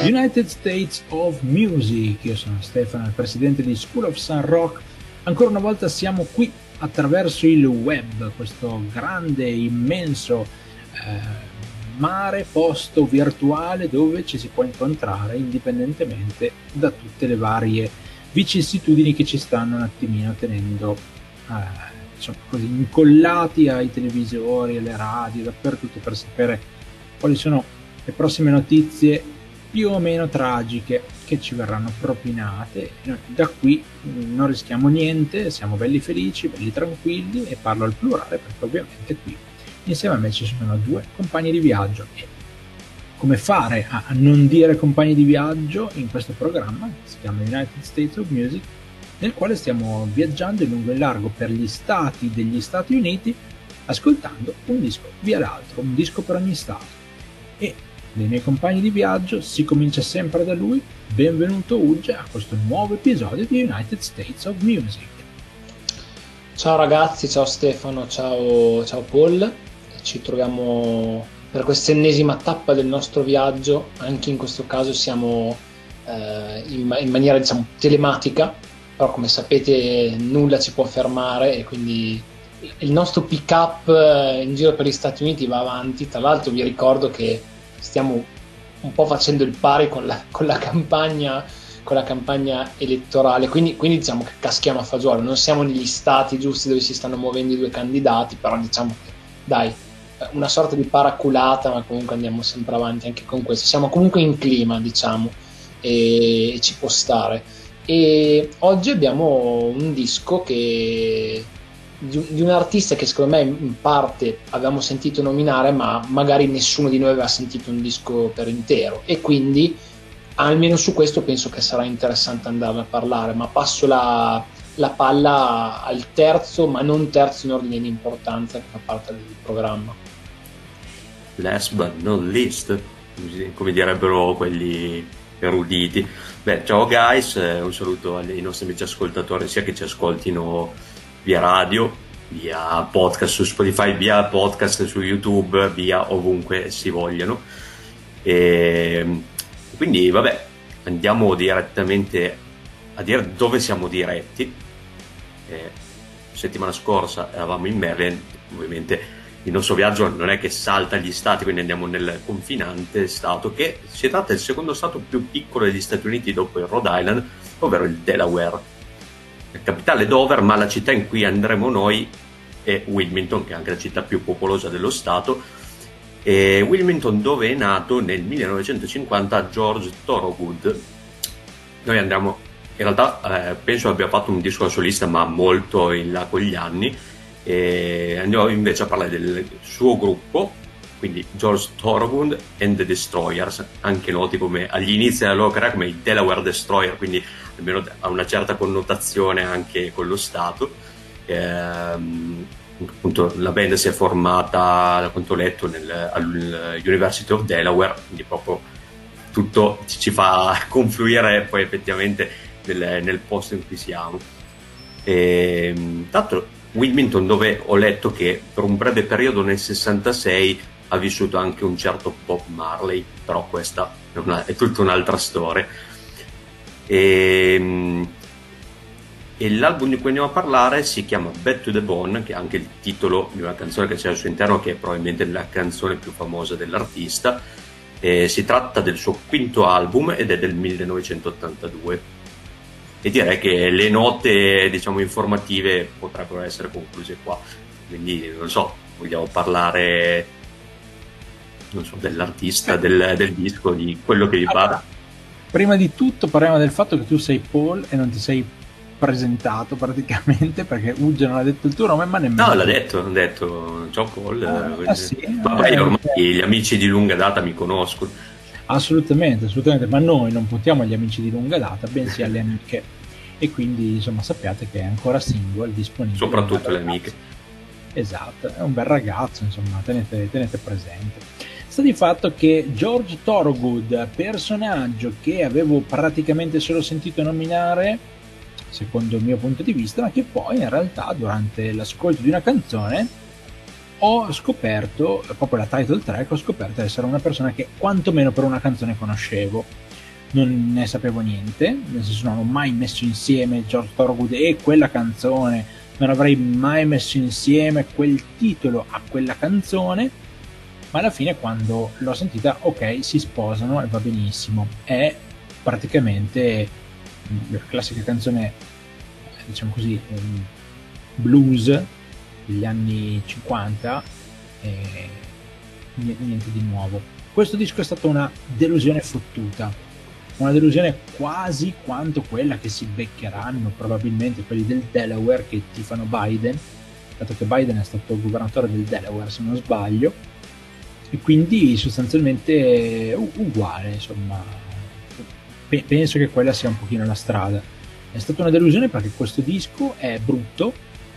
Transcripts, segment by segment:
United States of Music. Io sono Stefano, il presidente di School of Sun Rock. Ancora una volta siamo qui attraverso il web, questo grande, immenso mare posto virtuale dove ci si può incontrare indipendentemente da tutte le varie vicissitudini che ci stanno un attimino tenendo diciamo così, incollati ai televisori, alle radio, dappertutto, per sapere quali sono le prossime notizie più o meno tragiche che ci verranno propinate. Da qui non rischiamo niente, siamo belli felici, belli tranquilli, e parlo al plurale perché ovviamente qui insieme a me ci sono due compagni di viaggio. E come fare a non dire compagni di viaggio in questo programma che si chiama United States of Music, nel quale stiamo viaggiando in lungo e largo per gli stati degli Stati Uniti, ascoltando un disco via l'altro, un disco per ogni stato. E dei miei compagni di viaggio si comincia sempre da lui. Benvenuto Uge a questo nuovo episodio di United States of Music. Ciao ragazzi, ciao Stefano, ciao Paul. Ci troviamo per questa ennesima tappa del nostro viaggio. Anche in questo caso siamo in maniera diciamo telematica, però come sapete nulla ci può fermare e quindi il nostro pick up in giro per gli Stati Uniti va avanti. Tra l'altro vi ricordo che stiamo un po' facendo il pari con la campagna elettorale, quindi diciamo che caschiamo a fagiolo. Non siamo negli stati giusti dove si stanno muovendo i due candidati, però diciamo che dai, una sorta di paraculata, ma comunque andiamo sempre avanti anche con questo. Siamo comunque in clima, diciamo, e ci può stare. E oggi abbiamo un disco di un artista che secondo me in parte avevamo sentito nominare, ma magari nessuno di noi aveva sentito un disco per intero, e quindi almeno su questo penso che sarà interessante andarne a parlare. Ma passo la palla al terzo, ma non terzo in ordine di importanza, che fa parte del programma. Last but not least, come direbbero quelli eruditi. Beh, ciao guys, un saluto ai nostri amici ascoltatori, sia che ci ascoltino via radio, via podcast su Spotify, via podcast su YouTube, via ovunque si vogliano. E quindi vabbè, andiamo direttamente a dire dove siamo diretti. Settimana scorsa eravamo in Maryland. Ovviamente il nostro viaggio non è che salta gli stati, quindi andiamo nel confinante stato, che si tratta del secondo stato più piccolo degli Stati Uniti dopo il Rhode Island, ovvero il Delaware. La capitale è Dover, ma la città in cui andremo noi è Wilmington, che è anche la città più popolosa dello stato. E Wilmington, dove è nato nel 1950 George Thorogood. Noi andiamo, in realtà penso abbia fatto un disco da solista, ma molto in là con gli anni, e andiamo invece a parlare del suo gruppo, quindi George Thorogood and the Destroyers, anche noti come agli inizi della loro carriera come i Delaware Destroyer, quindi almeno ha una certa connotazione anche con lo stato. Appunto la band si è formata, da quanto ho letto, all'University of Delaware, quindi proprio tutto ci fa confluire poi effettivamente nel posto in cui siamo. Tanto Wilmington, dove ho letto che per un breve periodo nel 66 ha vissuto anche un certo Bob Marley, però questa è tutta un'altra storia. E l'album di cui andiamo a parlare si chiama Bad to the Bone, che è anche il titolo di una canzone che c'è al suo interno, che è probabilmente la canzone più famosa dell'artista. Si tratta del suo quinto album ed è del 1982, e direi che le note diciamo informative potrebbero essere concluse qua. Quindi non so, vogliamo parlare dell'artista, del disco, di quello che vi pare? Prima di tutto parliamo del fatto che tu sei Paul e non ti sei presentato praticamente, perché Uge non ha detto il tuo nome, ma nemmeno. No, l'ha detto, ho detto ciao Paul. Sì? Ma poi ormai gli amici di lunga data mi conoscono. Assolutamente, ma noi non puntiamo agli amici di lunga data, bensì alle amiche, e quindi insomma sappiate che è ancora single, disponibile. Soprattutto le amiche. Esatto, è un bel ragazzo, insomma, tenete presente. Sta di fatto che George Thorogood, personaggio che avevo praticamente solo sentito nominare, secondo il mio punto di vista, ma che poi in realtà durante l'ascolto di una canzone ho scoperto, proprio la title track, ho scoperto essere una persona che quantomeno per una canzone conoscevo. non ne sapevo niente, nel senso non ho mai messo insieme George Thorogood e quella canzone, non avrei mai messo insieme quel titolo a quella canzone, ma alla fine quando l'ho sentita, ok, si sposano e va benissimo, è praticamente la classica canzone, diciamo così, blues degli anni 50, e niente di nuovo. Questo disco è stata una delusione fottuta, una delusione quasi quanto quella che si beccheranno probabilmente quelli del Delaware che tifano Biden, dato che Biden è stato il governatore del Delaware se non sbaglio, e quindi sostanzialmente uguale, insomma. Penso che quella sia un pochino la strada. È stata una delusione perché questo disco è brutto,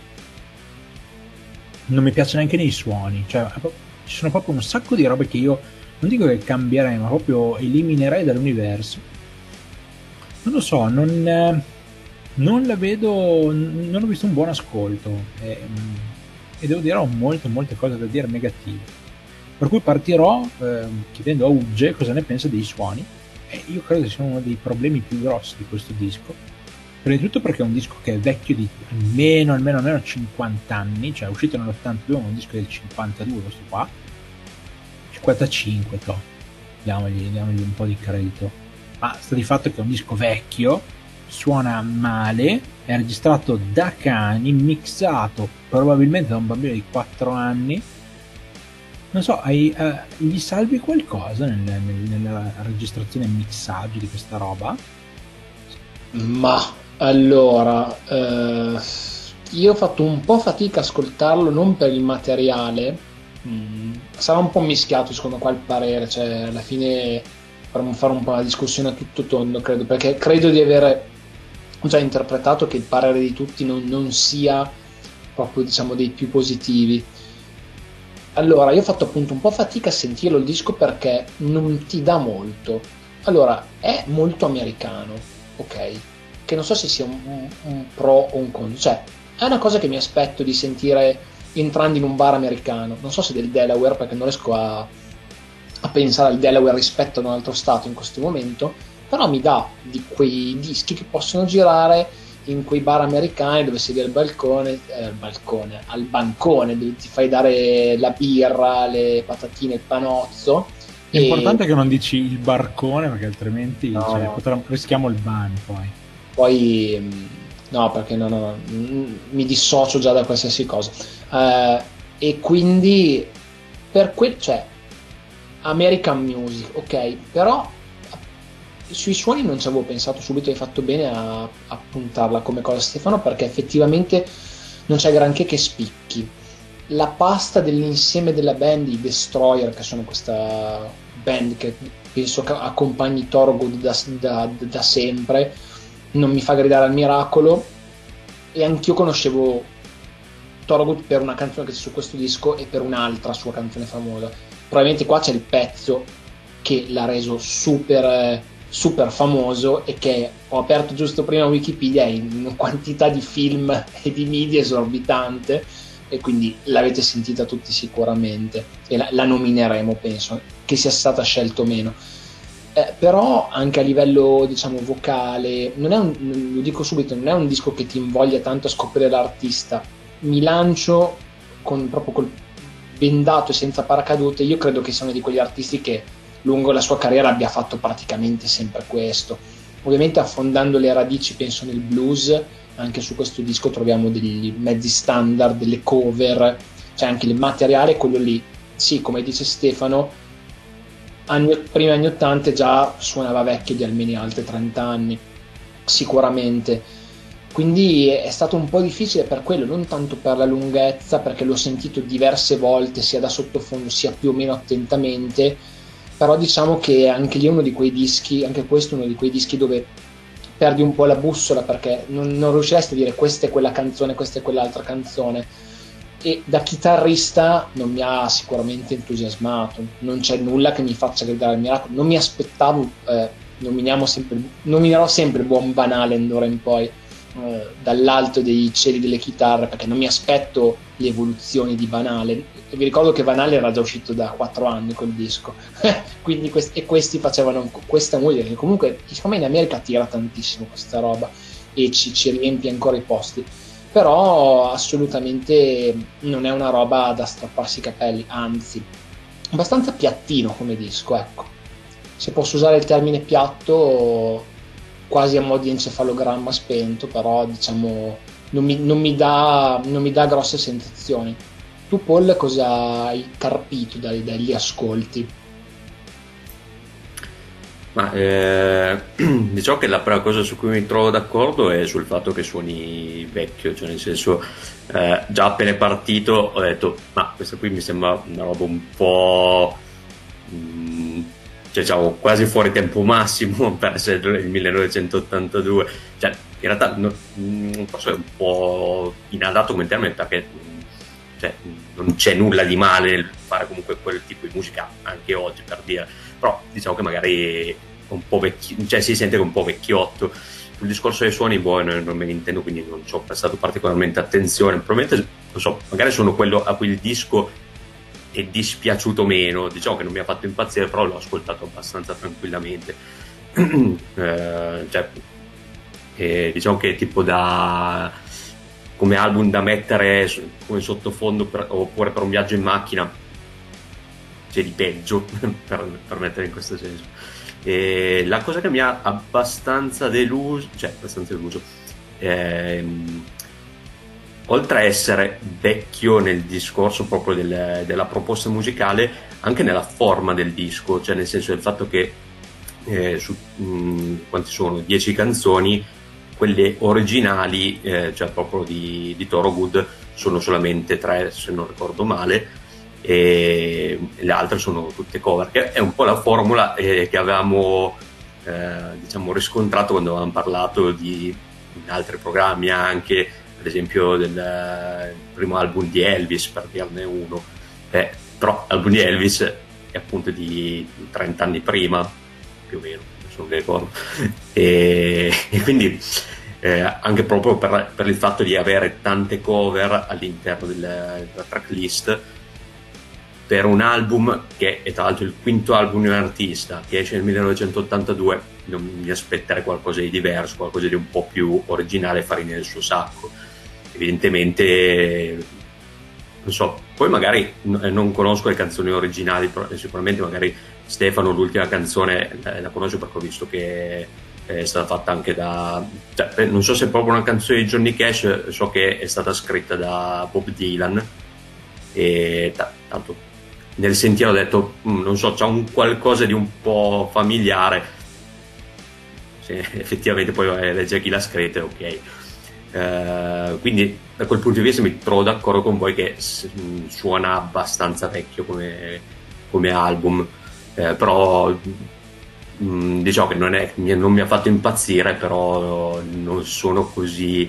non mi piace neanche nei suoni, cioè ci sono proprio un sacco di robe che io non dico che cambierei, ma proprio eliminerei dall'universo. Non lo so, non la vedo, non ho visto un buon ascolto, e devo dire ho molte cose da dire negative, per cui partirò chiedendo a Ugge cosa ne pensa dei suoni, e io credo che sia uno dei problemi più grossi di questo disco, prima di tutto perché è un disco che è vecchio di almeno 50 anni, cioè è uscito nell'82, ma è un disco del 52 questo qua, 55, diamogli un po' di credito, ma sta di fatto che è un disco vecchio, suona male, è registrato da cani, mixato probabilmente da un bambino di 4 anni. Non so, gli salvi qualcosa nella registrazione e mixaggio di questa roba? Ma allora, io ho fatto un po' fatica a ascoltarlo, non per il materiale, sarà un po' mischiato secondo me qua il parere, cioè alla fine faremo fare un po' una discussione a tutto tondo, credo, perché credo di avere già interpretato che il parere di tutti non sia proprio, diciamo, dei più positivi. Allora, io ho fatto appunto un po' fatica a sentirlo il disco perché non ti dà molto. Allora, è molto americano, ok? Che non so se sia un pro o un contro, cioè è una cosa che mi aspetto di sentire entrando in un bar americano, non so se del Delaware, perché non riesco a pensare al Delaware rispetto ad un altro stato in questo momento, però mi dà di quei dischi che possono girare in quei bar americani dove sei al bancone, dove ti fai dare la birra, le patatine, il panozzo. L'importante è che non dici il barcone, perché altrimenti no. rischiamo il ban poi no, perché no, mi dissocio già da qualsiasi cosa, e quindi per cioè American Music, ok, però sui suoni non ci avevo pensato subito, hai fatto bene a puntarla come cosa, Stefano, perché effettivamente non c'è granché che spicchi. La pasta dell'insieme della band, i Destroyer, che sono questa band che penso che accompagni Thorogood da sempre, non mi fa gridare al miracolo, e anch'io conoscevo Thorogood per una canzone che c'è su questo disco e per un'altra sua canzone famosa. Probabilmente qua c'è il pezzo che l'ha reso super famoso, e che ho aperto giusto prima Wikipedia, è in quantità di film e di media esorbitante, e quindi l'avete sentita tutti sicuramente, e la nomineremo, penso, che sia stata scelta o meno. Però anche a livello, diciamo, vocale, non è lo dico subito, non è un disco che ti invoglia tanto a scoprire l'artista. Mi lancio proprio col bendato e senza paracadute. Io credo che sia uno di quegli artisti che lungo la sua carriera abbia fatto praticamente sempre questo, ovviamente affondando le radici, penso, nel blues. Anche su questo disco troviamo degli mezzi standard, delle cover, cioè anche il materiale, quello lì, sì, come dice Stefano, primi anni 80 già suonava vecchio di almeno altri 30 anni sicuramente, quindi è stato un po' difficile per quello, non tanto per la lunghezza, perché l'ho sentito diverse volte sia da sottofondo sia più o meno attentamente, però diciamo che anche lì è uno di quei dischi, anche questo è uno di quei dischi dove perdi un po' la bussola, perché non riusciresti a dire questa è quella canzone, questa è quell'altra canzone. E da chitarrista non mi ha sicuramente entusiasmato, non c'è nulla che mi faccia gridare al miracolo, non mi aspettavo, nominerò sempre il buon Van Halen d'ora in poi, dall'alto dei cieli delle chitarre, perché non mi aspetto le evoluzioni di Van Halen. Vi ricordo che Van Halen era già uscito da 4 anni col disco, quindi questi facevano questa musica che comunque secondo me in America tira tantissimo questa roba e ci riempie ancora i posti, però assolutamente non è una roba da strapparsi i capelli, anzi abbastanza piattino come disco, ecco, se posso usare il termine piatto, quasi a mo' di encefalogramma spento, però diciamo non mi dà grosse sensazioni. Tu, Paul, cosa hai carpito dagli ascolti? Ma diciamo che la prima cosa su cui mi trovo d'accordo è sul fatto che suoni vecchio, cioè nel senso già appena è partito ho detto ma questa qui mi sembra una roba un po' cioè, diciamo, quasi fuori tempo massimo per essere il 1982, cioè in realtà forse è un po' inadatto come termine perché cioè, non c'è nulla di male nel fare comunque quel tipo di musica anche oggi, per dire, però diciamo che magari un po' cioè si sente che è un po' vecchiotto. Sul discorso dei suoni non me ne intendo, quindi non ci ho prestato particolarmente attenzione, probabilmente non so, magari sono quello a cui il disco è dispiaciuto meno, diciamo che non mi ha fatto impazzire, però l'ho ascoltato abbastanza tranquillamente. Cioè, diciamo che tipo come album da mettere come sottofondo oppure per un viaggio in macchina c'è di peggio per mettere in questo senso. E la cosa che mi ha abbastanza deluso, oltre a essere vecchio nel discorso proprio della proposta musicale, anche nella forma del disco, cioè nel senso del fatto che quanti sono? 10 canzoni, quelle originali, cioè proprio di Thorogood, sono solamente 3 se non ricordo male, e le altre sono tutte cover, che è un po' la formula che avevamo diciamo riscontrato quando avevamo parlato in altri programmi, anche ad esempio del primo album di Elvis, per dirne uno, però l'album di Elvis è appunto di 30 anni prima più o meno, non mi ricordo, e quindi anche proprio per il fatto di avere tante cover all'interno della tracklist per un album che è tra l'altro il quinto album di un artista che esce nel 1982, non mi aspetterei qualcosa di diverso, qualcosa di un po' più originale, farina nel suo sacco. Evidentemente non so, poi magari non conosco le canzoni originali, però sicuramente magari Stefano l'ultima canzone la conosco perché ho visto che è stata fatta anche cioè, non so se è proprio una canzone di Johnny Cash, so che è stata scritta da Bob Dylan e tanto nel sentire ho detto non so, c'ha un qualcosa di un po' familiare, effettivamente poi legge chi l'ha scritta, ok. Quindi da quel punto di vista mi trovo d'accordo con voi che suona abbastanza vecchio come album, però diciamo che non mi ha fatto impazzire, però non sono così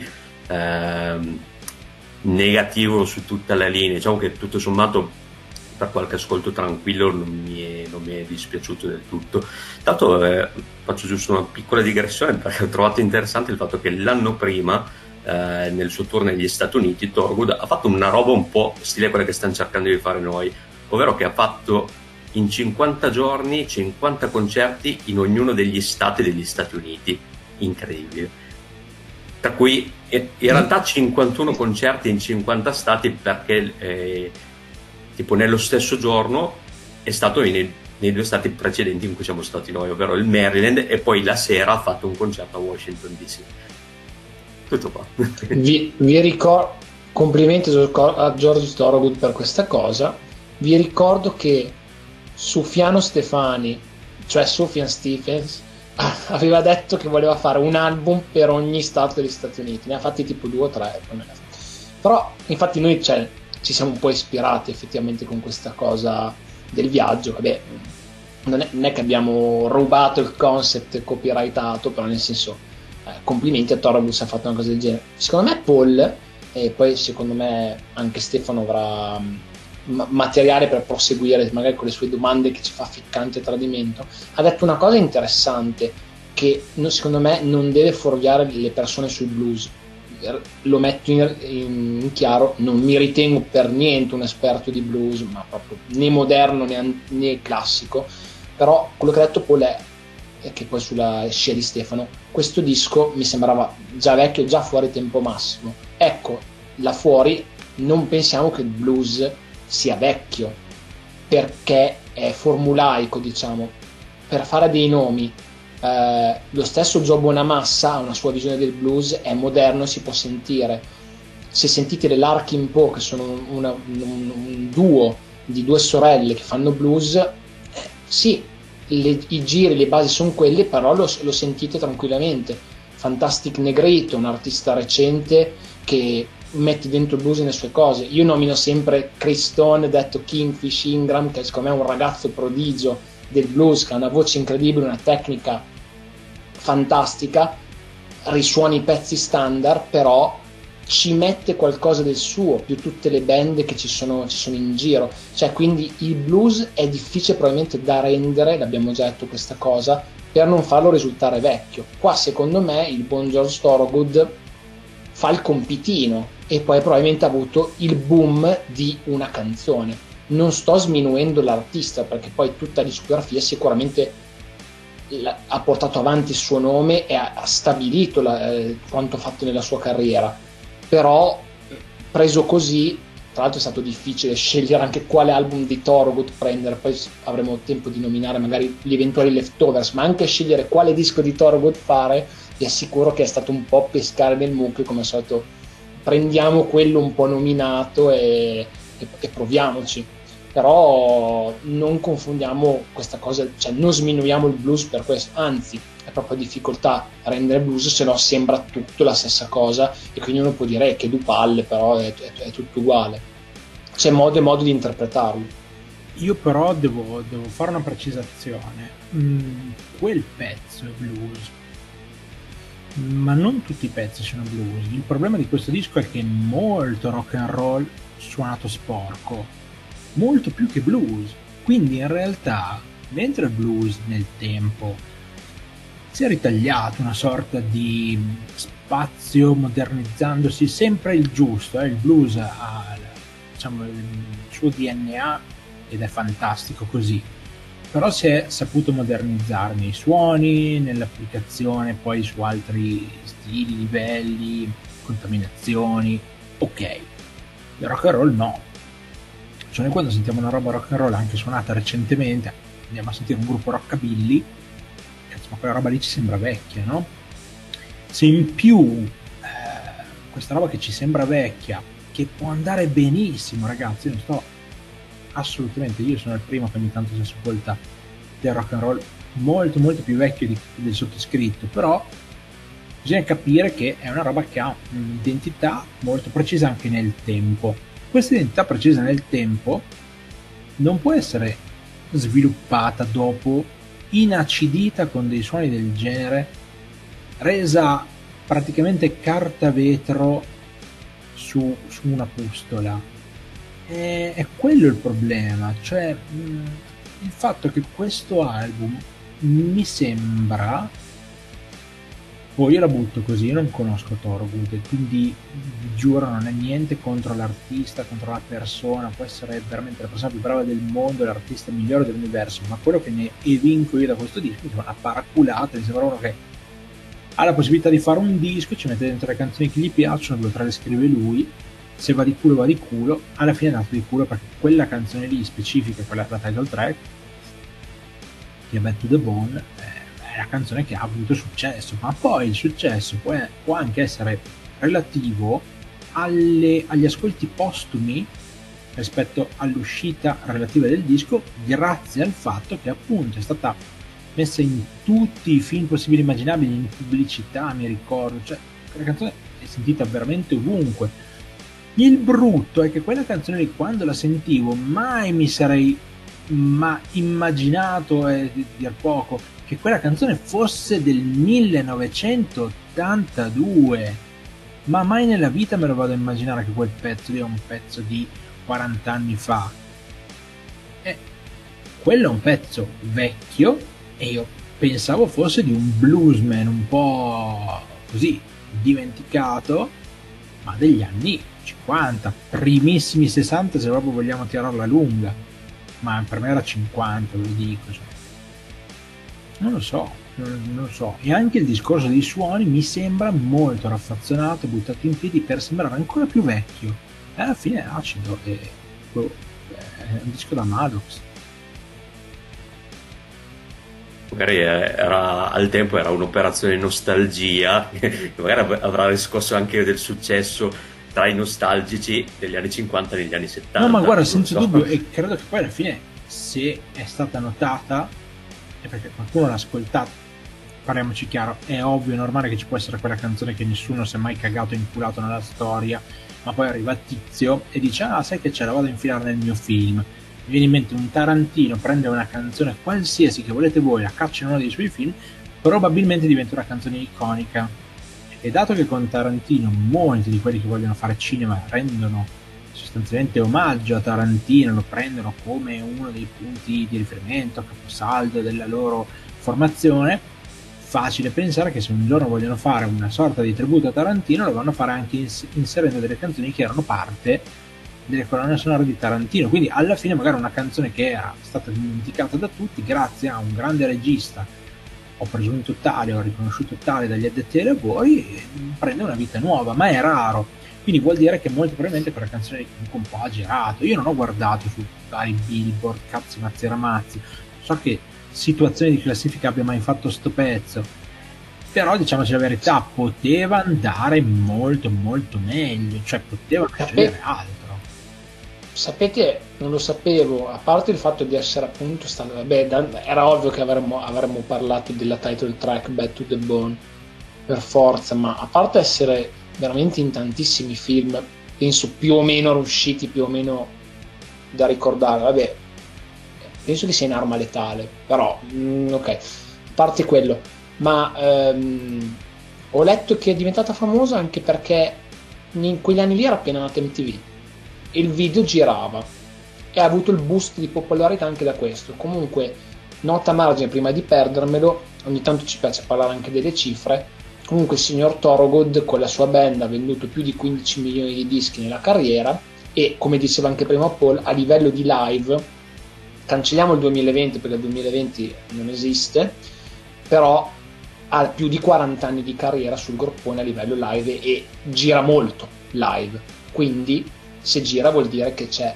negativo su tutta la linea, diciamo che tutto sommato per qualche ascolto tranquillo non mi è dispiaciuto del tutto. Tanto faccio giusto una piccola digressione perché ho trovato interessante il fatto che l'anno prima nel suo tour negli Stati Uniti Thorogood ha fatto una roba un po' stile quella che stiamo cercando di fare noi, ovvero che ha fatto in 50 giorni 50 concerti in ognuno degli stati degli Stati Uniti, incredibile, tra cui in realtà 51 concerti in 50 stati perché tipo nello stesso giorno è stato nei 2 stati precedenti in cui siamo stati noi, ovvero il Maryland, e poi la sera ha fatto un concerto a Washington DC. Tutto qua. Vi ricordo, complimenti a George Thorogood per questa cosa. Vi ricordo che Sufjano Stefani, cioè Sufjan Stevens, aveva detto che voleva fare un album per ogni stato degli Stati Uniti, ne ha fatti tipo 2 o 3, però infatti noi ci siamo un po' ispirati effettivamente con questa cosa del viaggio. Vabbè, non è che abbiamo rubato il concept copyrightato, però nel senso complimenti a Thorogood se ha fatto una cosa del genere. Secondo me Paul, e poi secondo me anche Stefano avrà materiale per proseguire magari con le sue domande che ci fa ficcante tradimento, ha detto una cosa interessante che secondo me non deve fuorviare le persone sul blues. lo metto in chiaro, non mi ritengo per niente un esperto di blues, ma proprio né moderno né classico, però quello che ha detto Paul è che poi sulla scia di Stefano, questo disco mi sembrava già vecchio, già fuori tempo massimo. Ecco, là fuori non pensiamo che il blues sia vecchio, perché è formulaico, diciamo, per fare dei nomi. Lo stesso Joe Bonamassa ha una sua visione del blues, è moderno, si può sentire. Se sentite le Larkin Poe, che sono un duo di due sorelle che fanno blues, sì, i giri, le basi sono quelle, però lo sentite tranquillamente. Fantastic Negrito, un artista recente che mette dentro il blues nelle sue cose. Io nomino sempre Chris Stone, detto Kingfish Ingram, che secondo me è un ragazzo prodigio del blues, che ha una voce incredibile, una tecnica fantastica, risuona i pezzi standard, però ci mette qualcosa del suo, più tutte le band che ci sono in giro. Cioè, quindi il blues è difficile probabilmente da rendere, l'abbiamo già detto questa cosa, per non farlo risultare vecchio. Qua secondo me il buon George Thorogood fa il compitino e poi probabilmente ha avuto il boom di una canzone. Non sto sminuendo l'artista, perché poi tutta la discografia sicuramente ha portato avanti il suo nome e ha stabilito quanto fatto nella sua carriera, però preso così, tra l'altro è stato difficile scegliere anche quale album di Thorogood prendere, poi avremo tempo di nominare magari gli eventuali leftovers, ma anche scegliere quale disco di Thorogood fare, vi assicuro che è stato un po' pescare nel mucchio, come al solito prendiamo quello un po' nominato e proviamoci. Però non confondiamo questa cosa, cioè non sminuiamo il blues per questo, anzi è proprio difficoltà a rendere blues, se no sembra tutto la stessa cosa e quindi uno può dire che due palle, però è tutto uguale. C'è modo e modo di interpretarlo. Io però devo fare una precisazione. Quel pezzo è blues, ma non tutti i pezzi sono blues. Il problema di questo disco è che è molto rock and roll suonato sporco, molto più che blues. Quindi in realtà, mentre il blues nel tempo si è ritagliato una sorta di spazio modernizzandosi sempre il giusto, il blues ha, diciamo, il suo DNA ed è fantastico così, però si è saputo modernizzare nei suoni, nell'applicazione, poi su altri stili, livelli, contaminazioni. Ok, il rock and roll no. Cioè, noi quando sentiamo una roba rock and roll anche suonata recentemente, andiamo a sentire un gruppo rockabilly, ma quella roba lì ci sembra vecchia, no? Se in più questa roba che ci sembra vecchia, che può andare benissimo, ragazzi, io non sto assolutamente, io sono il primo che ogni tanto si ascolta del rock and roll molto molto più vecchio del sottoscritto, però bisogna capire che è una roba che ha un'identità molto precisa anche nel tempo. Questa identità precisa nel tempo non può essere sviluppata dopo, inacidita con dei suoni del genere, resa praticamente carta vetro su una pustola. È quello il problema, cioè il fatto che questo album mi sembra, poi io la butto così, io non conosco Thorogood e quindi vi giuro non è niente contro l'artista, contro la persona, può essere veramente la persona più brava del mondo, l'artista migliore dell'universo, ma quello che ne evinco io da questo disco mi sembra una paraculata, mi sembra uno che ha la possibilità di fare un disco, ci mette dentro le canzoni che gli piacciono, 2 o 3 le scrive lui, se va di culo, alla fine è andato di culo perché quella canzone lì specifica, quella la title track, che è Bad to the Bone, è la canzone che ha avuto successo, ma poi il successo può anche essere relativo agli ascolti postumi rispetto all'uscita relativa del disco, grazie al fatto che appunto è stata messa in tutti i film possibili e immaginabili, in pubblicità, mi ricordo, cioè quella canzone è sentita veramente ovunque. Il brutto è che quella canzone lì, quando la sentivo, mai mi sarei immaginato, dir poco, che quella canzone fosse del 1982, ma mai nella vita me lo vado a immaginare che quel pezzo lì è un pezzo di 40 anni fa. Quello è un pezzo vecchio e io pensavo fosse di un bluesman un po' così dimenticato, ma degli anni 50, primissimi 60 se proprio vogliamo tirarla lunga, ma per me era 50, ve lo dico, cioè. Non lo so, non lo so. E anche il discorso dei suoni mi sembra molto raffazzonato, buttato in piedi per sembrare ancora più vecchio. E alla fine è acido, è un disco da Maddox. Magari al tempo era un'operazione nostalgia, che magari avrà riscosso anche del successo tra i nostalgici degli anni 50 e degli anni 70. No, ma guarda, senza dubbio, e credo che poi alla fine, se è stata notata, è perché qualcuno l'ha ascoltata. Parliamoci chiaro, è ovvio, è normale che ci può essere quella canzone che nessuno si è mai cagato e inculato nella storia, ma poi arriva Tizio e dice: ah, sai che ce la vado a infilare nel mio film. Mi viene in mente un Tarantino, prende una canzone qualsiasi che volete voi, la caccia in uno dei suoi film, probabilmente diventa una canzone iconica. E dato che con Tarantino molti di quelli che vogliono fare cinema rendono sostanzialmente omaggio a Tarantino, lo prendono come uno dei punti di riferimento, caposaldo della loro formazione, facile pensare che se un giorno vogliono fare una sorta di tributo a Tarantino lo vanno a fare anche inserendo delle canzoni che erano parte delle colonne sonore di Tarantino. Quindi alla fine magari una canzone che era stata dimenticata da tutti, grazie a un grande regista ho presunto tale, ho riconosciuto tale dagli addetti ai lavori, prende una vita nuova, ma è raro. Quindi vuol dire che molto probabilmente quella canzone è un po' ha girato. Io non ho guardato su vari billboard, cazzi mazzi ramazzi, so che situazione di classifica abbia mai fatto sto pezzo, però diciamoci la verità, poteva andare molto molto meglio, cioè poteva succedere altro. Sapete, non lo sapevo, a parte il fatto di essere appunto stato, vabbè, era ovvio che avremmo parlato della title track Bad to the Bone per forza, ma a parte essere veramente in tantissimi film, penso più o meno riusciti, più o meno da ricordare, vabbè, penso che sia in Arma Letale, però ok, a parte quello, ma ho letto che è diventata famosa anche perché in quegli anni lì era appena nata MTV e il video girava e ha avuto il boost di popolarità anche da questo. Comunque, nota a margine prima di perdermelo, ogni tanto ci piace parlare anche delle cifre. Comunque il signor Thorogood con la sua band ha venduto più di 15 milioni di dischi nella carriera e, come diceva anche prima Paul, a livello di live, cancelliamo il 2020 perché il 2020 non esiste, però ha più di 40 anni di carriera sul groppone a livello live e gira molto live, quindi se gira vuol dire che c'è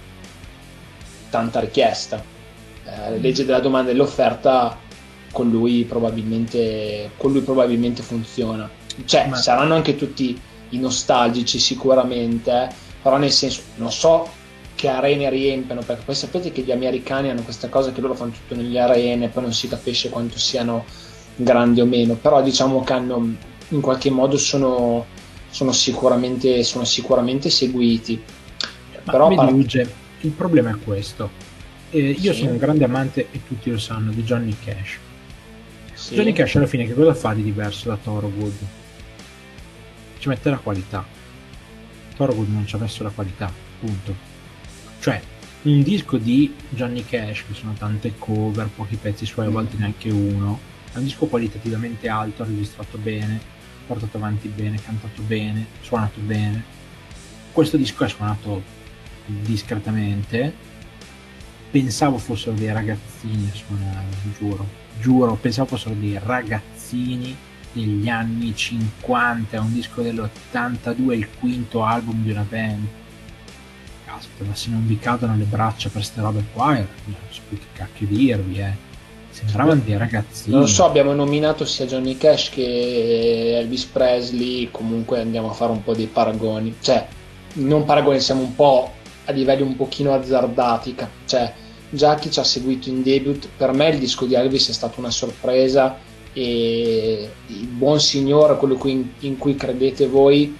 tanta richiesta. Legge della domanda e dell'offerta con lui probabilmente funziona. Cioè, saranno anche tutti i nostalgici sicuramente, però nel senso, non so che arene riempiono, perché poi sapete che gli americani hanno questa cosa che loro fanno tutto nelle arene, poi non si capisce quanto siano grandi o meno, però diciamo che hanno, in qualche modo sono sicuramente seguiti. Ma però vedi, il problema è questo. Io sono un grande amante, e tutti lo sanno, di Johnny Cash. Sì. Johnny Cash alla fine che cosa fa di diverso da Thorogood? Ci mette la qualità. Thorogood non ci ha messo la qualità, punto. Cioè, un disco di Johnny Cash, che sono tante cover, pochi pezzi suoi, a volte neanche uno, è un disco qualitativamente alto, registrato bene, portato avanti bene, cantato bene, suonato bene. Questo disco è suonato discretamente, pensavo fossero dei ragazzini a suonare, giuro, pensavo fossero dei ragazzini degli anni 50, è un disco dell'82, il quinto album di una band. Caspita, ma se non vi cadono le braccia per ste robe qua, non so più che cacchio dirvi, sembravano dei ragazzini. Non lo so, abbiamo nominato sia Johnny Cash che Elvis Presley, comunque andiamo a fare un po' dei paragoni, cioè non paragoni, siamo un po' a livelli un pochino azzardati, cioè già chi ci ha seguito in debut, per me il disco di Elvis è stata una sorpresa e il buon signore, quello in cui credete voi,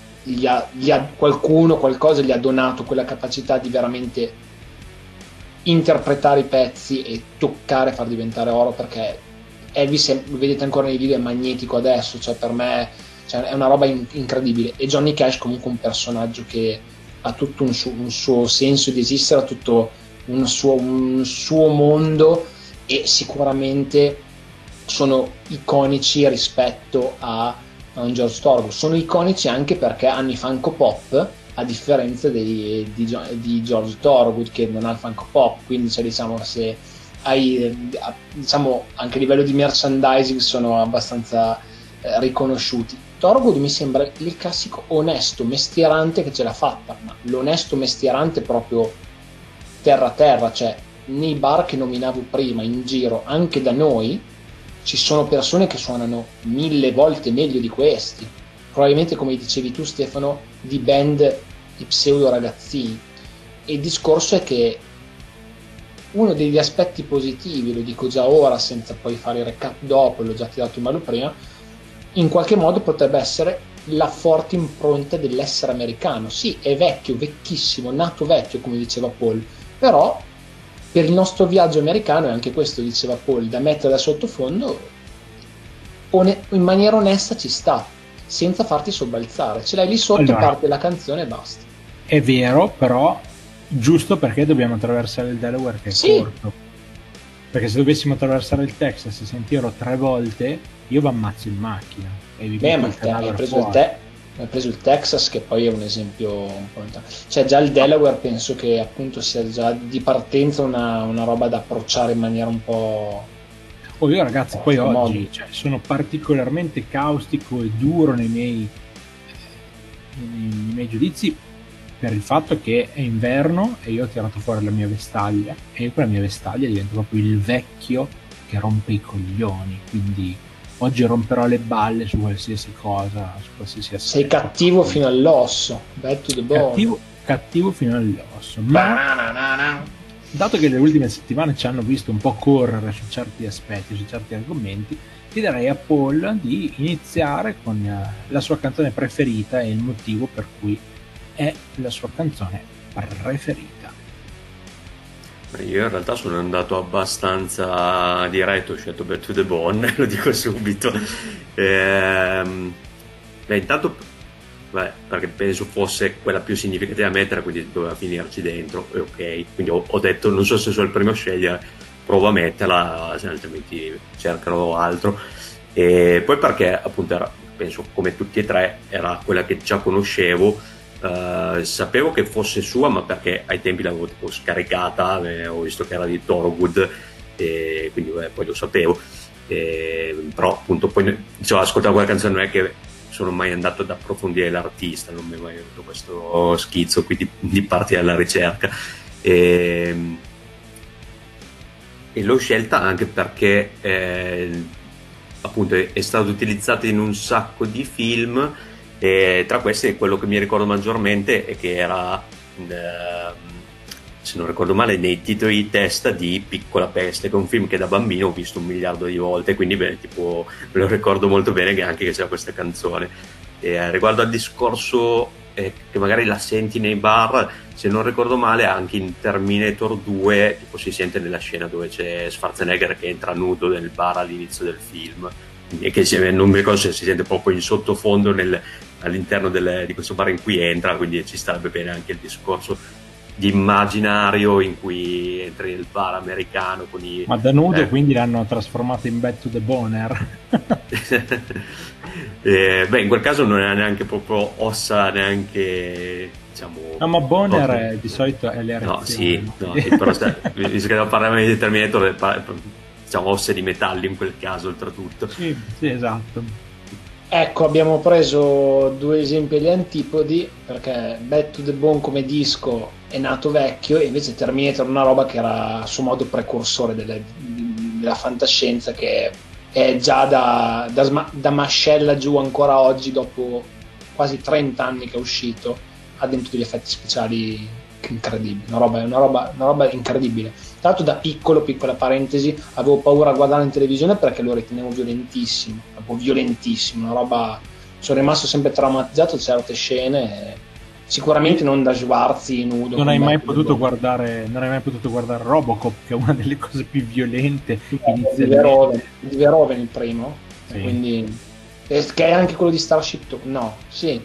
qualcosa gli ha donato quella capacità di veramente interpretare i pezzi e toccare, far diventare oro, perché Elvis, lo vedete ancora nei video, è magnetico adesso, cioè per me è una roba incredibile. E Johnny Cash comunque un personaggio che ha tutto un suo senso di esistere, ha tutto un suo mondo, e sicuramente sono iconici rispetto a a un George Thorogood. Sono iconici anche perché hanno i Funko Pop, a differenza di George Thorogood, che non ha il Funko Pop. Quindi cioè, diciamo, se hai, diciamo, anche a livello di merchandising sono abbastanza riconosciuti. Thorogood mi sembra il classico onesto mestierante che ce l'ha fatta, ma l'onesto mestierante proprio terra a terra, cioè nei bar che nominavo prima in giro, anche da noi, ci sono persone che suonano 1000 volte meglio di questi, probabilmente, come dicevi tu Stefano, di band di pseudo ragazzini. E il discorso è che uno degli aspetti positivi, lo dico già ora senza poi fare il recap dopo, l'ho già tirato in ballo prima, in qualche modo potrebbe essere la forte impronta dell'essere americano. Sì, è vecchio, vecchissimo, nato vecchio, come diceva Paul, però per il nostro viaggio americano, e anche questo diceva Paul, da mettere da sottofondo, in maniera onesta ci sta, senza farti sobbalzare. Ce l'hai lì sotto, allora, parte la canzone e basta. È vero, però giusto perché dobbiamo attraversare il Delaware, che è corto. Perché se dovessimo attraversare il Texas e sentirlo 3 volte, io vi ammazzo in macchina. E vi ma hai preso il Texas, che poi è un esempio un po'. Cioè già il Delaware penso che appunto sia già di partenza una roba da approcciare in maniera un po'. Io ragazzi, poi oggi sono particolarmente caustico e duro nei miei giudizi, per il fatto che è inverno e io ho tirato fuori la mia vestaglia, e io con la mia vestaglia divento proprio il vecchio che rompe i coglioni, quindi oggi romperò le balle su qualsiasi cosa, su qualsiasi aspetto. Sei cattivo fino all'osso, back to the bone. Cattivo fino all'osso, ma dato che le ultime settimane ci hanno visto un po' correre su certi aspetti, su certi argomenti, chiederei a Paul di iniziare con la sua canzone preferita e il motivo per cui è la sua canzone preferita. Io in realtà sono andato abbastanza diretto, ho scelto Back to the Bone, lo dico subito. Intanto perché penso fosse quella più significativa da mettere, quindi doveva finirci dentro, e ok, quindi ho detto non so se sono il primo a scegliere, provo a metterla, se altrimenti cercherò altro. E poi perché appunto era, penso come tutti e tre, era quella che già conoscevo. Sapevo che fosse sua, ma perché ai tempi l'avevo tipo scaricata, ho visto che era di Thorogood, e quindi poi lo sapevo, però appunto poi ascoltavo quella canzone, non è che sono mai andato ad approfondire l'artista, non mi è mai avuto questo schizzo qui di partire alla ricerca, e l'ho scelta anche perché appunto è stata utilizzata in un sacco di film. E tra questi quello che mi ricordo maggiormente è che era, se non ricordo male, nei titoli di testa di Piccola Peste, che è un film che da bambino ho visto 1 miliardo di volte, quindi tipo me lo ricordo molto bene che anche che c'era questa canzone. E riguardo al discorso che magari la senti nei bar, se non ricordo male anche in Terminator 2 tipo si sente nella scena dove c'è Schwarzenegger che entra nudo nel bar all'inizio del film, e che non mi ricordo se si sente proprio in sottofondo all'interno di questo bar in cui entra, quindi ci starebbe bene anche il discorso di immaginario in cui entri nel bar americano con i... Ma da nudo quindi l'hanno trasformato in Back to the Boner. In quel caso non era neanche proprio ossa, neanche diciamo... No, ma Boner di solito è l'erezione. No, però visto che parliamo di Terminator, diciamo ossa di metallo in quel caso oltretutto. Sì, esatto. Ecco, abbiamo preso 2 esempi agli antipodi, perché Back to the Bone come disco è nato vecchio, e invece Terminator è una roba che era a suo modo precursore della fantascienza, che è già da mascella giù ancora oggi, dopo quasi 30 anni che è uscito, ha dentro degli effetti speciali incredibili, una roba incredibile. Tra l'altro da piccola parentesi, avevo paura a guardare in televisione perché lo ritenevo violentissimo, una roba, sono rimasto sempre traumatizzato da certe scene, sicuramente non da Schwarzi nudo. Non hai mai potuto guardare Robocop, che è una delle cose più violente di Verhoeven il primo, sì. Quindi che è anche quello di Starship no, sì.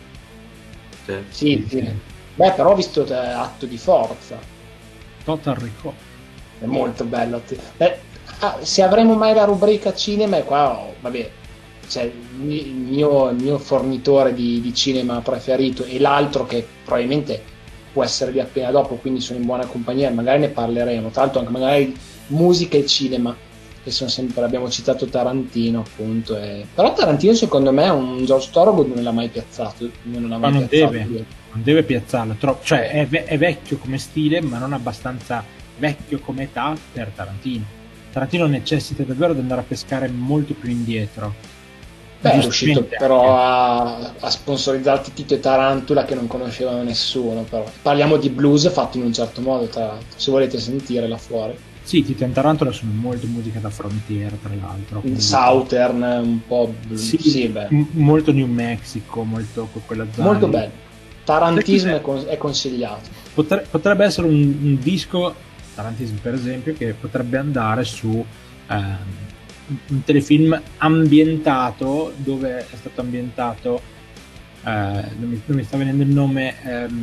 Beh, però ho visto Atto di forza, Total Recall, è molto bello. Se avremo mai la rubrica cinema, qua vabbè, cioè, il mio fornitore di cinema preferito, e l'altro che probabilmente può essere lì appena dopo, quindi sono in buona compagnia e magari ne parleremo. Tra l'altro anche magari musica e cinema, che sono sempre, abbiamo citato Tarantino appunto, però Tarantino secondo me un George Thorogood non l'ha mai piazzato, Ma non deve piazzarlo, cioè è vecchio come stile, ma non abbastanza vecchio come età per Tarantino. Tarantino necessita davvero di andare a pescare molto più indietro. Beh, è riuscito però a sponsorizzarti Tito e Tarantula, che non conoscevano nessuno. Però parliamo di blues fatto in un certo modo, se volete sentire là fuori. Sì, Tito e Tarantula sono molto musica da frontiera, tra l'altro. Southern, un po' blues. Sì, molto New Mexico, molto quella zona. Molto bello. Tarantismo è consigliato. Potrebbe essere un disco, Tarantismo per esempio, che potrebbe andare su un telefilm ambientato, dove è stato ambientato, non mi sta venendo il nome,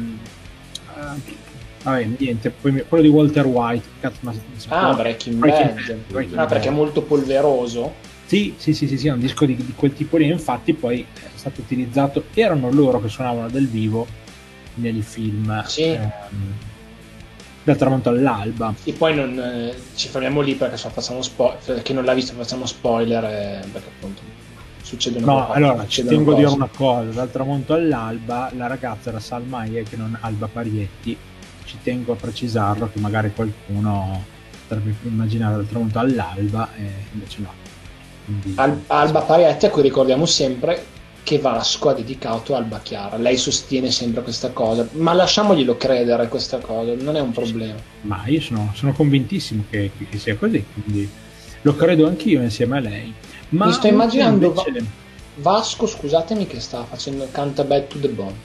vabbè, niente, quello di Walter White, Breaking Bad. Perché è molto polveroso. Sì, è un disco di quel tipo lì, infatti poi è stato utilizzato, erano loro che suonavano dal vivo nei film. Sì. Dal tramonto all'alba. E poi non ci fermiamo lì, perché facciamo spoiler, chi non l'ha visto facciamo spoiler, perché appunto succedono cose. Allora ci tengo a dire una cosa: dal tramonto all'alba la ragazza era Salma Hayek e non Alba Parietti. Ci tengo a precisarlo, che magari qualcuno potrebbe immaginare dal tramonto all'alba, e invece no. Quindi, Alba Parietti, a cui ricordiamo sempre che Vasco ha dedicato Alba Chiara. Lei sostiene sempre questa cosa, ma lasciamoglielo credere, questa cosa non è un problema. Ma io sono convintissimo che sia così, quindi lo credo anch'io insieme a lei. Ma mi sto immaginando Vasco, scusatemi, che sta facendo canta Back to the Bone.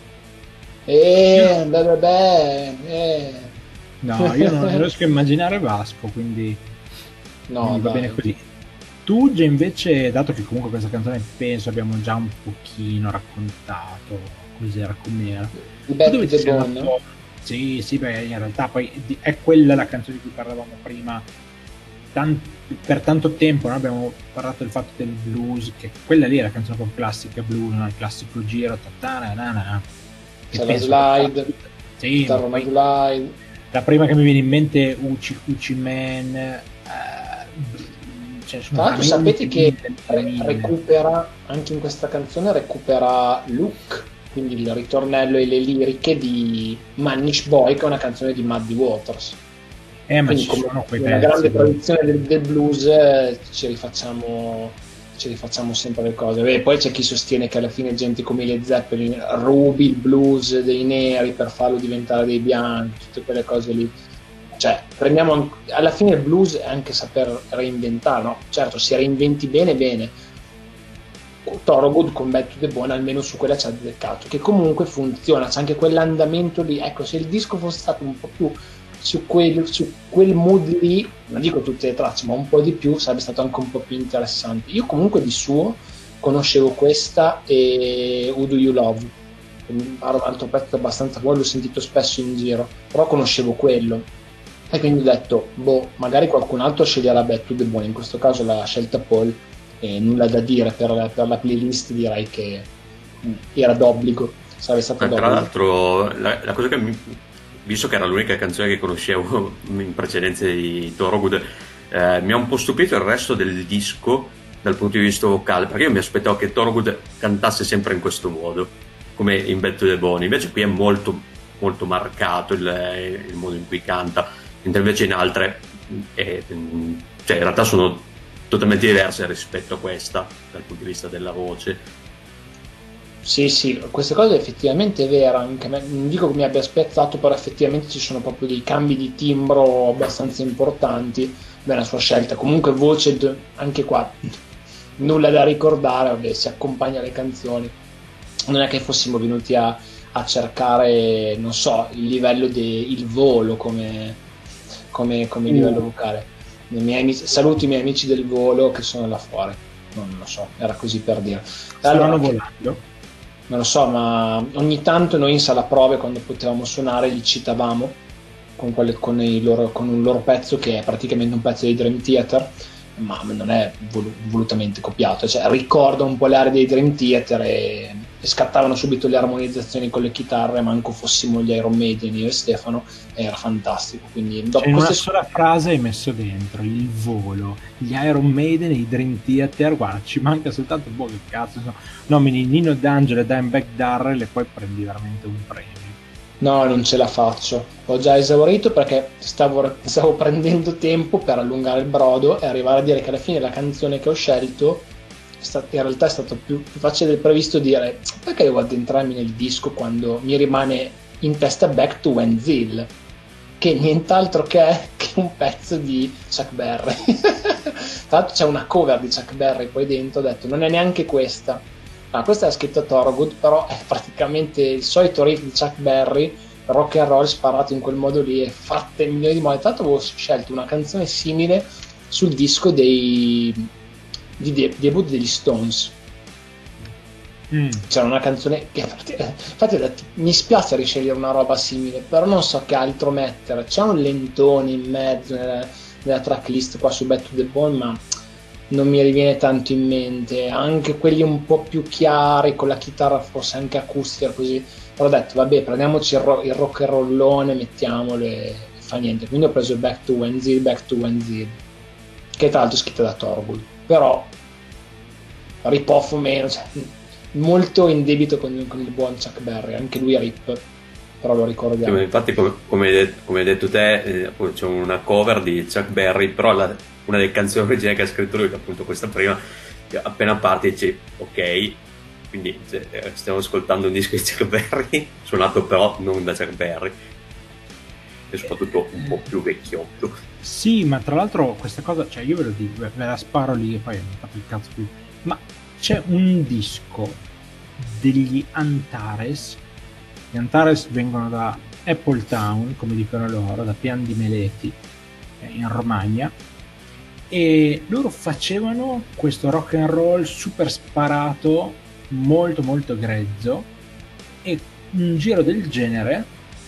No, io non riesco a immaginare Vasco, quindi no, va bene così. Tu invece, dato che comunque questa canzone penso abbiamo già un pochino raccontato cos'era, com'era, dove ti sei andato? Sì, beh, in realtà poi è quella la canzone di cui parlavamo prima. Per tanto tempo noi abbiamo parlato del fatto del blues, che quella lì è la canzone proprio classica blues, no? Il classico giro, c'è la slide, sì, slide. La prima che mi viene in mente Uchi Man. Tra l'altro sapete che recupera anche in questa canzone Luke, quindi il ritornello e le liriche di Manish Boy, che è una canzone di Muddy Waters. Ma ci sono quei una grande tradizione del blues, ci rifacciamo sempre le cose. Poi c'è chi sostiene che alla fine gente come Led Zeppelin rubi il blues dei neri per farlo diventare dei bianchi, tutte quelle cose lì. Cioè, alla fine il blues è anche saper reinventare, no? Certo, si reinventi bene. Thorogood con Back to the Bone almeno su quella ci ha azzeccato, che comunque funziona, c'è anche quell'andamento lì. Ecco, se il disco fosse stato un po' più su quel mood lì, non dico tutte le tracce, ma un po' di più, sarebbe stato anche un po' più interessante. Io comunque di suo conoscevo questa e Who Do You Love, un altro pezzo abbastanza buono, l'ho sentito spesso in giro, però conoscevo quello. E quindi ho detto, magari qualcun altro sceglierà Back to the Bone, in questo caso l'ha scelta Paul, e nulla da dire per la playlist, direi che era d'obbligo, sarebbe stato d'obbligo. Tra l'altro la cosa che visto che era l'unica canzone che conoscevo in precedenza di Thorogood, mi ha un po' stupito il resto del disco dal punto di vista vocale, perché io mi aspettavo che Thorogood cantasse sempre in questo modo, come in Back to the Bone. Invece qui è molto, molto marcato il modo in cui canta, mentre invece in altre in realtà sono totalmente diverse rispetto a questa dal punto di vista della voce. Sì, questa cosa è effettivamente vera, anche me, non dico che mi abbia spiazzato, però effettivamente ci sono proprio dei cambi di timbro abbastanza importanti. Beh, la sua scelta, comunque voce anche qua nulla da ricordare, si accompagna alle canzoni, non è che fossimo venuti a cercare, non so, il livello il volo come livello vocale. Saluto i miei amici del volo che sono là fuori, non lo so, era così per dire. Stavano volando. Non lo so, ma ogni tanto noi in sala prove, quando potevamo suonare, li citavamo con un loro pezzo che è praticamente un pezzo di Dream Theater, ma non è volutamente copiato, cioè ricorda un po' le aree dei Dream Theater e scattavano subito le armonizzazioni con le chitarre, manco fossimo gli Iron Maiden io e Stefano, era fantastico. Quindi dopo in una sola frase hai messo dentro il volo, gli Iron Maiden e i Dream Theater, guarda, ci manca soltanto che cazzo sono, nomini Nino D'Angelo e Dimebag Darrell e poi prendi veramente un premio. No, non ce la faccio, ho già esaurito perché stavo prendendo tempo per allungare il brodo e arrivare a dire che alla fine la canzone che ho scelto in realtà è stato più facile del previsto dire perché devo addentrarmi nel disco quando mi rimane in testa Back to Wenzil, che nient'altro che è che un pezzo di Chuck Berry. Tra l'altro c'è una cover di Chuck Berry poi dentro, ho detto non è neanche questa. Questa è scritta Thorogood, però è praticamente il solito riff di Chuck Berry, rock and roll sparato in quel modo lì e fatta in milioni di modi. Tanto avevo scelto una canzone simile sul disco di debut degli Stones. C'era una canzone che infatti ho detto, mi spiace riscegliere una roba simile, però non so che altro mettere. C'è un lentone in mezzo nella tracklist qua su Back to the Bone, ma non mi riviene tanto in mente. Anche quelli un po' più chiari con la chitarra forse anche acustica così, però ho detto vabbè, prendiamoci il rock and rollone, mettiamolo e fa niente. Quindi ho preso Back to Wenzil, che tra l'altro è scritta da Thorogood, però rip-off o meno, cioè, molto in debito con il buon Chuck Berry, anche lui è rip, però lo ricordiamo. Sì, infatti come hai detto te, c'è una cover di Chuck Berry, però una delle canzoni originali che ha scritto lui, che appunto questa prima, che appena parte dice ok, quindi stiamo ascoltando un disco di Chuck Berry suonato però non da Chuck Berry e soprattutto un po' più vecchiotto. Sì, ma tra l'altro questa cosa, cioè io ve lo dico, ve la sparo lì e poi mi fate il cazzo qui, ma c'è un disco degli Antares. Gli Antares vengono da Appletown, come dicono loro, da Pian di Meleti in Romagna, e loro facevano questo rock and roll super sparato, molto molto grezzo, e un giro del genere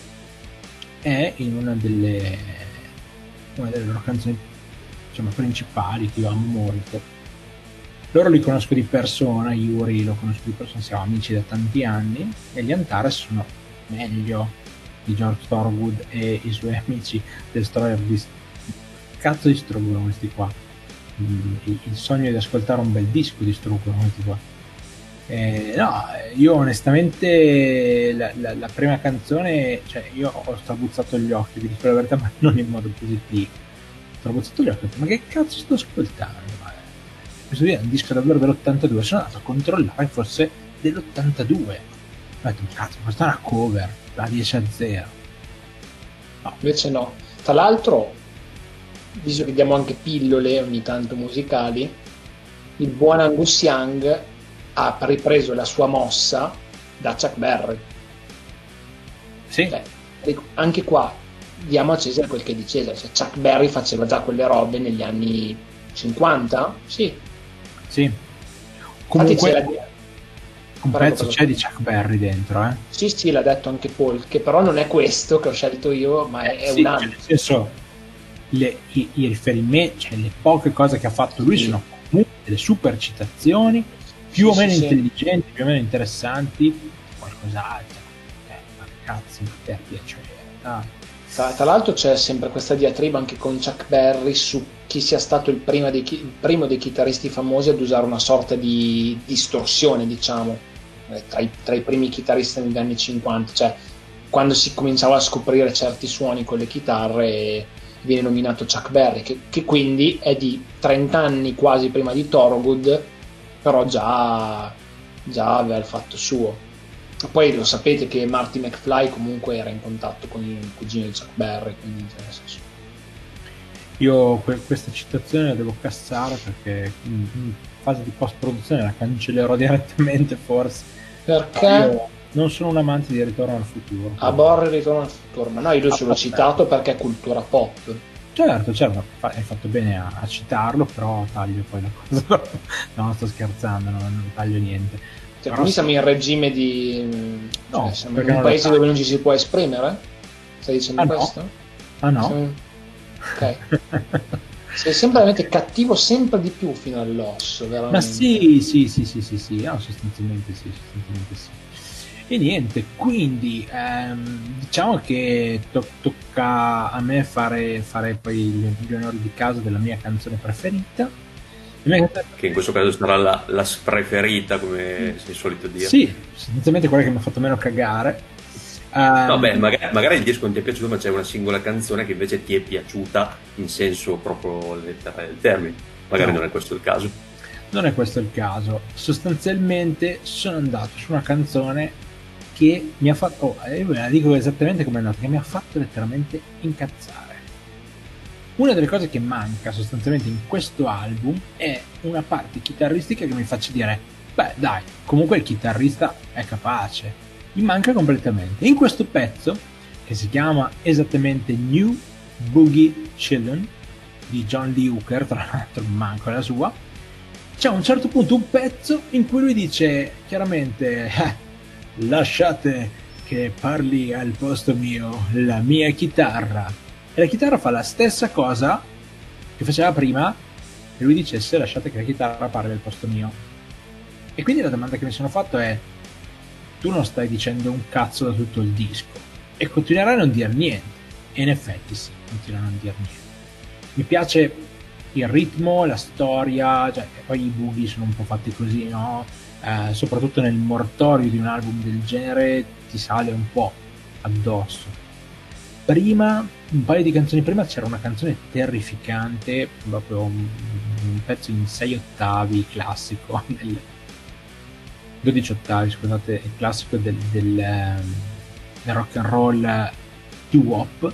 è in una delle loro canzoni, diciamo, principali che io amo molto. Loro li conosco di persona, Yuri lo conosco di persona, siamo amici da tanti anni, e gli Antares sono meglio di George Thorogood e i suoi amici Destroyer cazzo distruggono questi qua. Il sogno di ascoltare un bel disco distruggono questi qua. No, io onestamente la prima canzone, cioè io ho strabuzzato gli occhi, vi dico la verità, ma non in modo positivo. Ho strabuzzato gli occhi, ma che cazzo sto ascoltando? Questo è un disco davvero dell'82, sono andato a controllare, forse dell'82. Ho detto, cazzo, questa è una cover, la 10-0. No, invece no. Tra l'altro, visto che diamo anche pillole ogni tanto musicali, il buon Angus Young ha ripreso la sua mossa da Chuck Berry. Sì. Anche qua diamo a Cesare quel che è di Cesare, cioè Chuck Berry faceva già quelle robe negli anni 50? Sì. Comunque un pezzo c'è di Chuck Berry dentro, eh? Sì, l'ha detto anche Paul, che però non è questo che ho scelto io, ma è sì, un altro. Nel senso, i riferimenti, cioè le poche cose che ha fatto lui sono comunque delle super citazioni, più o meno intelligenti, più o meno interessanti, qualcos'altro. Ma cazzo, a te piacere. Tra l'altro c'è sempre questa diatriba anche con Chuck Berry su chi sia stato il primo dei chitarristi famosi ad usare una sorta di distorsione, diciamo, tra i primi chitarristi negli anni 50, cioè quando si cominciava a scoprire certi suoni con le chitarre viene nominato Chuck Berry, che quindi è di 30 anni quasi prima di Thorogood, però già aveva il fatto suo. Poi lo sapete che Marty McFly comunque era in contatto con il cugino di Chuck Berry, quindi nel senso. Io questa citazione la devo cassare perché in fase di post produzione la cancellerò direttamente, forse, perché io non sono un amante di Ritorno al futuro. Aborre Ritorno al futuro, ma no, io l'ho citato perché è cultura pop. Certo, hai fatto bene a citarlo, però taglio poi la cosa. No, sto scherzando, non taglio niente. Cioè, quindi siamo in regime di... No, siamo in un paese dove non ci si può esprimere? Stai dicendo questo? No? Ah no? Ok. Sei sempre veramente cattivo, sempre di più fino all'osso, veramente. Ma sì, no, sostanzialmente sì. E niente, quindi diciamo che tocca a me fare poi gli onori di casa della mia canzone preferita. Che in questo caso sarà la preferita, come sei solito dire. Sì, sostanzialmente quella che mi ha fatto meno cagare. No, beh, magari il disco non ti è piaciuto, ma c'è una singola canzone che invece ti è piaciuta in senso proprio letterale del termine. Magari no, non è questo il caso. Non è questo il caso. Sostanzialmente sono andato su una canzone che mi ha fatto, io ve la dico esattamente come è andata, che mi ha fatto letteralmente incazzare. Una delle cose che manca sostanzialmente in questo album è una parte chitarristica che mi faccia dire, beh dai, comunque il chitarrista è capace. Mi manca completamente. In questo pezzo, che si chiama esattamente New Boogie Children, di John Lee Hooker, tra l'altro manco la sua, c'è a un certo punto un pezzo in cui lui dice chiaramente lasciate che parli al posto mio la mia chitarra, e la chitarra fa la stessa cosa che faceva prima che lui dicesse lasciate che la chitarra parli al posto mio. E quindi la domanda che mi sono fatto è, tu non stai dicendo un cazzo da tutto il disco e continuerai a non dire niente, e in effetti sì, continua a non dire niente. Mi piace il ritmo, la storia, cioè, poi i boogie sono un po' fatti così, no? Soprattutto nel mortorio di un album del genere ti sale un po' addosso. Prima, un paio di canzoni prima, c'era una canzone terrificante, proprio un pezzo in 6 ottavi classico, 12 ottavi, scusate, il classico del rock and roll doo-wop.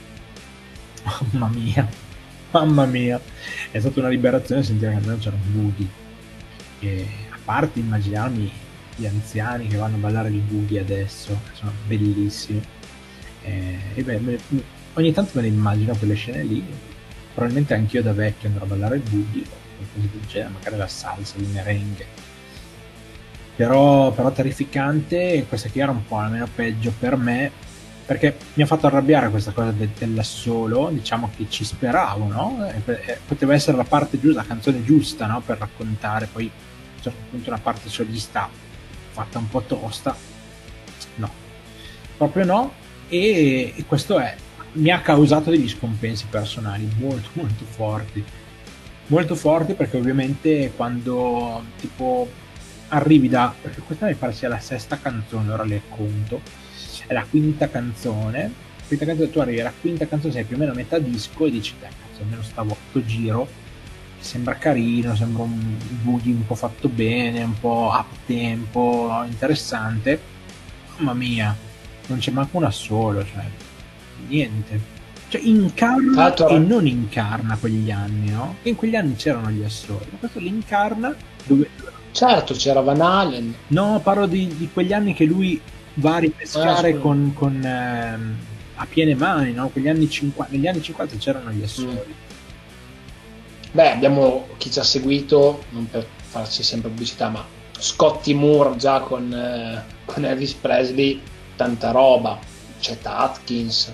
Mamma mia, è stata una liberazione sentire che almeno c'era un boogie. E a parte immaginarmi gli anziani che vanno a ballare il boogie adesso, sono bellissimi. E beh, ogni tanto me ne immagino quelle scene lì. Probabilmente anch'io da vecchio andrò a ballare il boogie o qualcosa del genere, magari la salsa, il merengue. Però terrificante, questa qui era un po' almeno peggio per me, perché mi ha fatto arrabbiare questa cosa dell'assolo, diciamo che ci speravo, no? Poteva essere la parte giusta, la canzone giusta, no? Per raccontare poi a un certo punto una parte solista fatta un po' tosta. No, proprio no, e questo mi ha causato degli scompensi personali molto molto forti, perché ovviamente quando tipo arrivi perché questa mi pare sia la sesta canzone, ora le conto, è la quinta canzone, tu arrivi alla quinta canzone, sei più o meno a metà disco e dici cazzo, almeno stavo a 8 giro, sembra carino, sembra un boogie un po' fatto bene, un po' up tempo, interessante. Mamma mia, non c'è manco un assolo, cioè niente, cioè incarna e non incarna quegli anni, no? In quegli anni c'erano gli assoli, ma questo li incarna certo, c'era Van Halen. No, parlo di quegli anni che lui va a ripescare con a piene mani, no? Negli anni 50 c'erano gli assoli. Beh, abbiamo, chi ci ha seguito, non per farci sempre pubblicità, ma Scotty Moore già con Elvis Presley, tanta roba, Chet Atkins,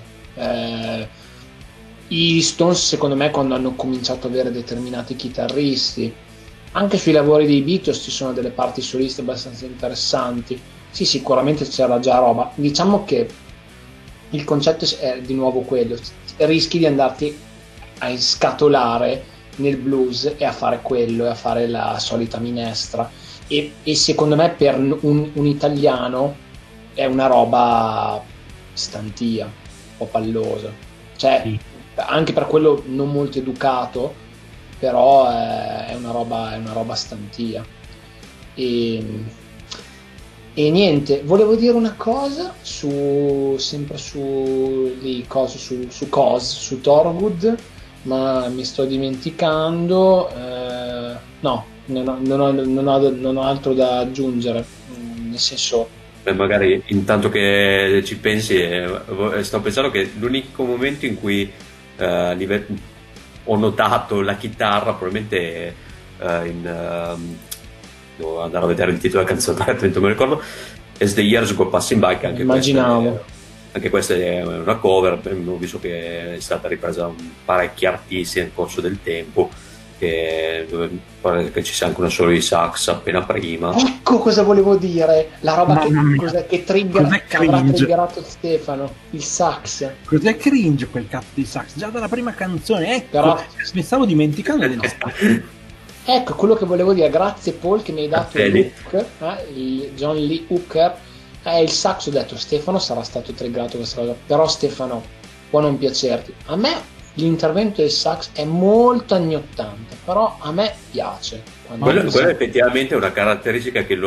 i Stones secondo me quando hanno cominciato ad avere determinati chitarristi, anche sui lavori dei Beatles ci sono delle parti soliste abbastanza interessanti. Sì, sicuramente c'era già roba. Diciamo che il concetto è di nuovo quello, rischi di andarti a inscatolare nel blues e a fare quello, e a fare la solita minestra, e secondo me per un italiano è una roba stantia, un po' pallosa, cioè sì. Anche per quello non molto educato, però è una roba stantia. E niente, volevo dire una cosa sempre su Thorogood, ma mi sto dimenticando. No, non ho altro da aggiungere, nel senso. Beh, magari intanto che ci pensi, sto pensando che l'unico momento in cui ho notato la chitarra, probabilmente devo andare a vedere il titolo della canzone, non me lo ricordo, As the Years Go Passing By, che anche immaginavo. Anche questa è una cover, abbiamo visto che è stata ripresa da parecchi artisti nel corso del tempo, dove pare che ci sia anche una solo di sax appena prima. Ecco cosa volevo dire, la roba che Cos'è avrà triggerato Stefano, il sax. Cos'è cringe quel cazzo di sax? Già dalla prima canzone, ecco, però... mi stavo dimenticando del sax. Ecco quello che volevo dire, grazie Paul che mi hai dato il John Lee Hooker. Il sax, ho detto Stefano sarà stato triggerato questa cosa, però Stefano può non piacerti, a me l'intervento del sax è molto anni 80, però a me piace. Quella effettivamente è una caratteristica che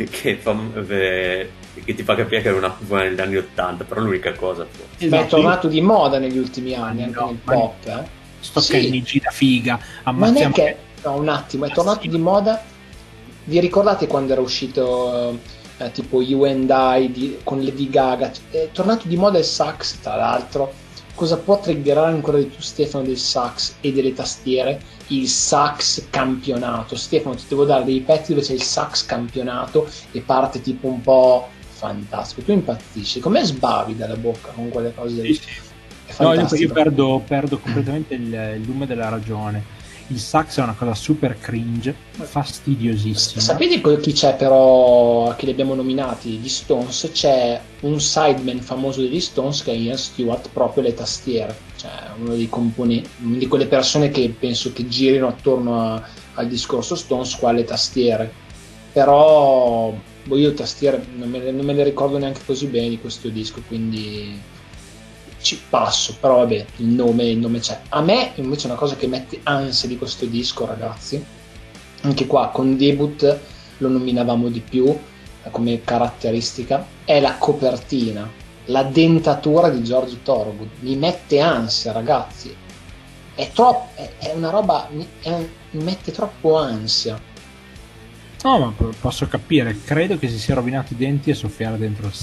ti fa capire che è una cosa negli anni 80, però l'unica cosa è tornato di moda negli ultimi anni, anche nel pop. Sto Kenny G da figa, ma non è che no, un attimo, è tornato di moda. Vi ricordate quando era uscito tipo You and I con Lady Gaga? È tornato di moda il sax, tra l'altro. Cosa può triggerare ancora di più Stefano del sax e delle tastiere? Il sax campionato. Stefano, ti devo dare dei pezzi dove c'è il sax campionato e parte tipo un po' fantastico. Tu impazzisci, come sbavi dalla bocca con quelle cose lì. No, io perdo completamente il lume della ragione. Il sax è una cosa super cringe, fastidiosissima. Sapete chi c'è però, che li abbiamo nominati? Gli Stones. C'è un sideman famoso degli Stones che è Ian Stewart, proprio le tastiere. Cioè uno dei componenti, di quelle persone che penso che girino attorno al discorso Stones qua le tastiere. Però io tastiere non me le ricordo neanche così bene di questo disco, quindi ci passo, però vabbè, il nome c'è. A me invece una cosa che mette ansia di questo disco, ragazzi, anche qua con Debut lo nominavamo di più come caratteristica, è la copertina, la dentatura di George Thorogood. Mi mette ansia, ragazzi, è una roba, mi mette troppo ansia. No, ma posso capire, credo che si sia rovinato i denti a soffiare dentro il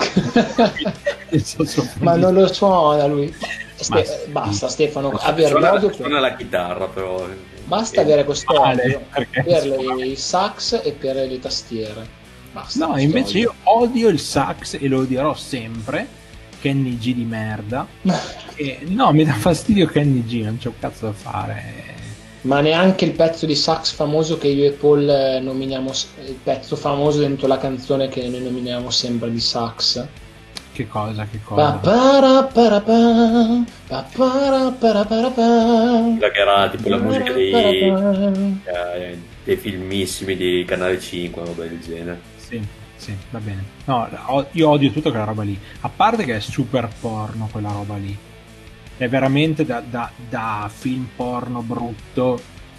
sax. Ma non lo suona lui. Basta Stefano, avere l'odio suona la chitarra, però basta avere questo odio per il sax e per le tastiere. Basta, no, invece io odio il sax e lo odierò sempre. Kenny G di merda. No, mi dà fastidio Kenny G, non c'è un cazzo da fare. Ma neanche il pezzo di sax famoso che io e Paul nominiamo, il pezzo famoso dentro la canzone che noi nominiamo sempre di sax. Che cosa? Quella che era tipo la musica dei filmissimi di Canale 5, roba del genere. Sì, va bene. No, io odio tutta quella roba lì. A parte che è super porno quella roba lì. È veramente da film porno brutto.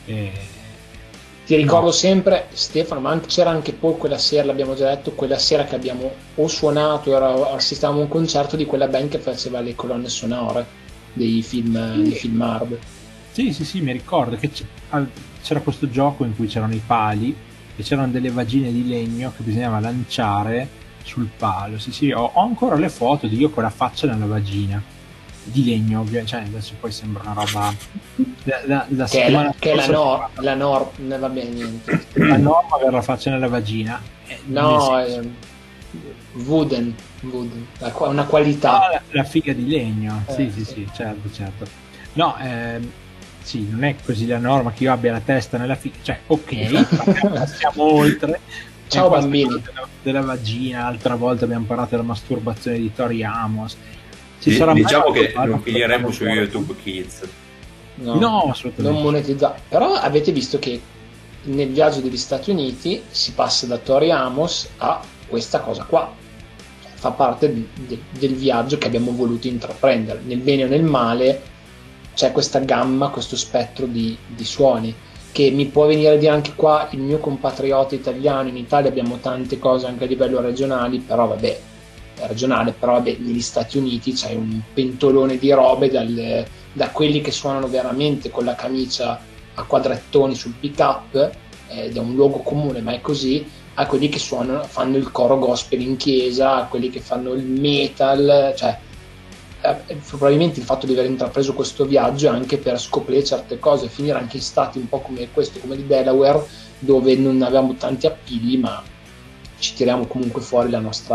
Ti ricordo sempre, Stefano, ma c'era anche poi quella sera, l'abbiamo già detto, quella sera che abbiamo o suonato o assistivamo a un concerto di quella band che faceva le colonne sonore dei film hard. Sì, mi ricordo che c'era questo gioco in cui c'erano i pali e c'erano delle vagine di legno che bisognava lanciare sul palo. Sì, ho ancora le foto di io con la faccia nella vagina di legno, cioè adesso poi sembra una roba la che è la norma, non va bene niente. La norma avere la faccia nella vagina wooden, una qualità. La figa di legno, sì, certo. No, sì, non è così la norma che io abbia la testa nella figa, cioè ok, siamo oltre. Ciao bambini. Della vagina, l'altra volta abbiamo parlato della masturbazione di Tori Amos. Diciamo che non finiremo su YouTube Kids. No, assolutamente non monetizzato. Però avete visto che nel viaggio degli Stati Uniti si passa da Tori Amos a questa cosa qua. Fa parte del viaggio che abbiamo voluto intraprendere. Nel bene o nel male c'è questa gamma, questo spettro di suoni che mi può venire a dire anche qua il mio compatriota italiano. In Italia abbiamo tante cose anche a livello regionale, però vabbè, negli Stati Uniti c'è un pentolone di robe da quelli che suonano veramente con la camicia a quadrettoni sul pick up ed è un luogo comune ma è così, a quelli che fanno il coro gospel in chiesa, a quelli che fanno il metal, cioè probabilmente il fatto di aver intrapreso questo viaggio è anche per scoprire certe cose, finire anche in stati un po' come questo, come il Delaware, dove non avevamo tanti appigli ma ci tiriamo comunque fuori la nostra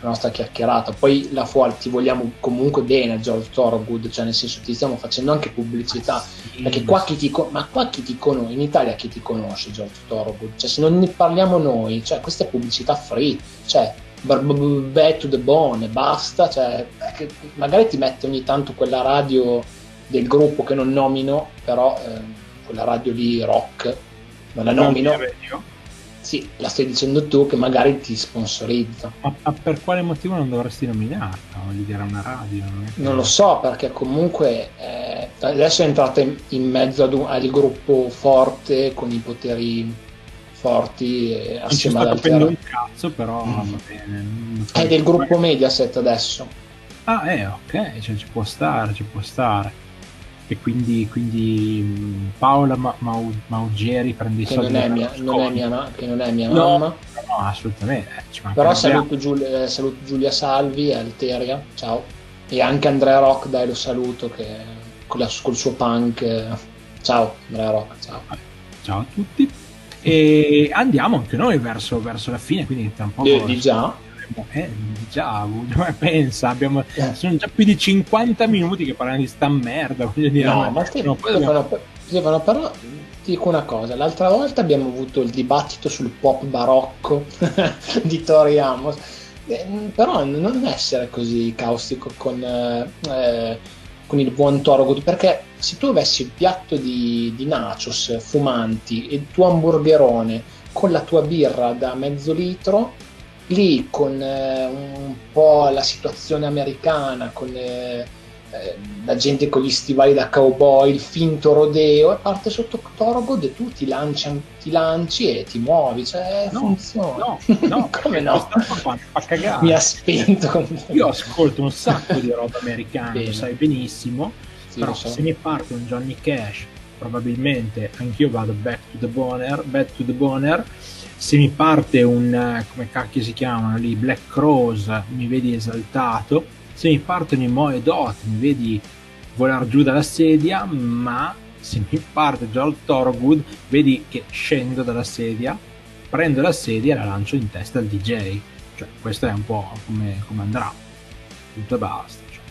la nostra chiacchierata. Poi là fuori ti vogliamo comunque bene, George Thorogood, cioè nel senso ti stiamo facendo anche pubblicità, perché qua chi ti conosce, in Italia chi ti conosce George Thorogood? Cioè se non ne parliamo noi, cioè questa è pubblicità free, cioè back to the bone, basta, cioè magari ti mette ogni tanto quella radio del gruppo che non nomino, però quella radio lì rock non la nomino. Sì, la stai dicendo tu che magari ti sponsorizza. Ma per quale motivo non dovresti nominarla? Voglio dire, una radio? Non lo so, perché comunque adesso è entrata in mezzo al gruppo forte con i poteri forti assieme ad altri. Non un cazzo, però va bene. È del gruppo Mediaset adesso. Ah, ok, cioè ci può stare. E quindi Paola Maugeri prende i soldi. Che non è mia mamma. No, assolutamente. Però saluto Giulia Salvi e Alteria, ciao. E anche Andrea Rock, dai, lo saluto, che col suo punk. Ciao Andrea Rock, ciao. Ciao a tutti. E andiamo anche noi verso la fine, quindi tra un po'. Di già. Già, pensa, sono già più di 50 minuti che parlano di sta merda, voglio dire. No, ma Stefano, però ti dico una cosa, l'altra volta abbiamo avuto il dibattito sul pop barocco di Tori Amos, però non essere così caustico con il buon Thorogood, perché se tu avessi il piatto di nachos fumanti e il tuo hamburgerone con la tua birra da mezzo litro, lì con un po' la situazione americana, con la gente con gli stivali da cowboy, il finto rodeo, e parte sotto Thorogood e tu ti lanci e ti muovi, cioè funziona. No, come no? Fa cagare. Mi ha spento. Io ascolto un sacco di roba americana, lo sai benissimo, sì, però so. Se mi parte un Johnny Cash, probabilmente anch'io vado back to the boner. Se mi parte un, come cacchio si chiamano lì, Black Crowes, mi vedi esaltato. Se mi partono i Moe Dot, mi vedi volar giù dalla sedia. Ma se mi parte George Thorogood, vedi che scendo dalla sedia, prendo la sedia e la lancio in testa al DJ. Cioè, questo è un po' come andrà. Tutto e basta. Cioè.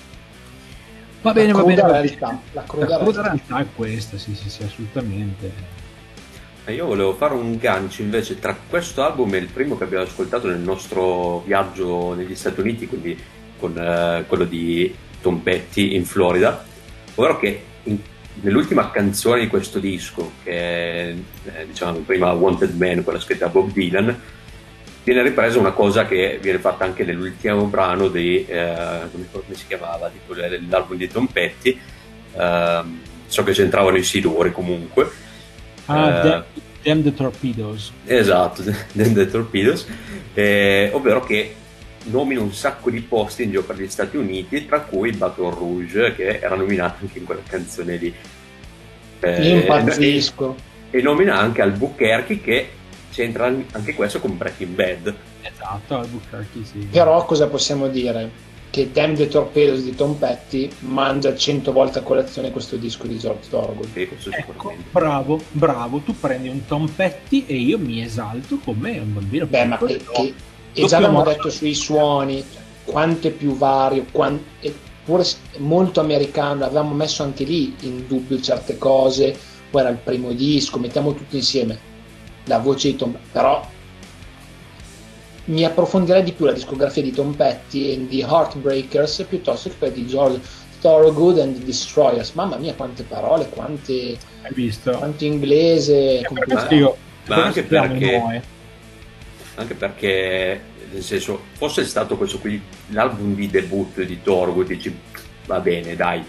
Va bene. La cruda realtà è questa, sì, assolutamente. Io volevo fare un gancio invece tra questo album e il primo che abbiamo ascoltato nel nostro viaggio negli Stati Uniti, quindi con quello di Tom Petty in Florida, ovvero che nell'ultima canzone di questo disco, che è diciamo prima Wanted Man, quella scritta da Bob Dylan, viene ripresa una cosa che viene fatta anche nell'ultimo brano di come si chiamava, dell'album di Tom Petty, so che c'entravano i Sidori comunque. Damn the Torpedoes. Esatto, Damn the Torpedoes, ovvero che nomina un sacco di posti in giro per gli Stati Uniti, tra cui Baton Rouge, che era nominato anche in quella canzone lì. Impazzisco. E nomina anche Albuquerque, che c'entra anche questo con Breaking Bad. Esatto, Albuquerque, sì. Però cosa possiamo dire? Che Damn the Torpedoes di Tom Petty mangia 100 volte a colazione questo disco di George Thorogood. Ecco, bravo, tu prendi un Tom Petty e io mi esalto come un bambino. Beh, ma che già abbiamo detto sui suoni, quanto è più vario, eppure molto americano, avevamo messo anche lì in dubbio certe cose, poi era il primo disco, mettiamo tutto insieme, la voce di Tom Petty, però mi approfondirei di più la discografia di Tom Petty e di Heartbreakers piuttosto che quella di George Thorogood and the Destroyers. Mamma mia, quante parole, quante hai visto? Quanto inglese, ma anche perché nel senso, fosse stato questo qui l'album di debutto di Thorogood, dici va bene, dai,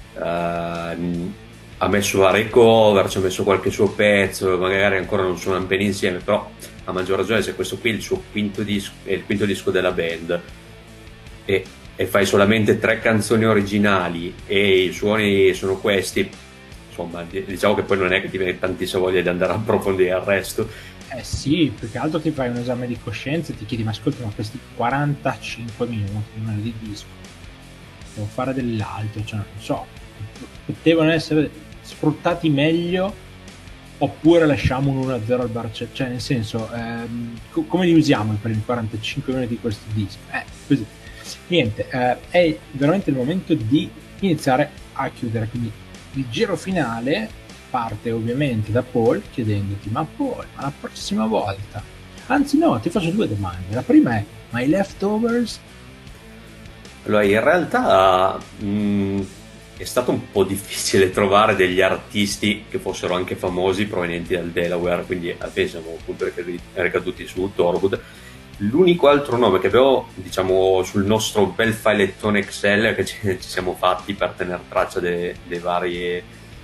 ha messo varie cover, ci ha messo qualche suo pezzo, magari ancora non suonano bene insieme, però a maggior ragione se questo qui è il suo quinto disco, è il quinto disco della band e fai solamente 3 canzoni originali e i suoni sono questi, insomma diciamo che poi non è che ti viene tantissima voglia di andare a approfondire il resto. Sì, più che altro ti fai un esame di coscienza e ti chiedi ma ascolta, ma questi 45 minuti di disco devo fare dell'altro, cioè non so, potevano essere sfruttati meglio oppure lasciamo un 1-0 al Barcellona, cioè nel senso, come li usiamo per i 45 minuti di questo disco? Così. Niente, è veramente il momento di iniziare a chiudere, quindi il giro finale parte ovviamente da Paul chiedendoti: ma Paul, ma la prossima volta, anzi no, ti faccio due domande. La prima è: ma i leftovers? Allora, in realtà è stato un po' difficile trovare degli artisti che fossero anche famosi provenienti dal Delaware, quindi siamo appunto ricaduti su Thorogood. L'unico altro nome che avevo, diciamo, sul nostro bel filettone Excel che ci siamo fatti per tenere traccia dei vari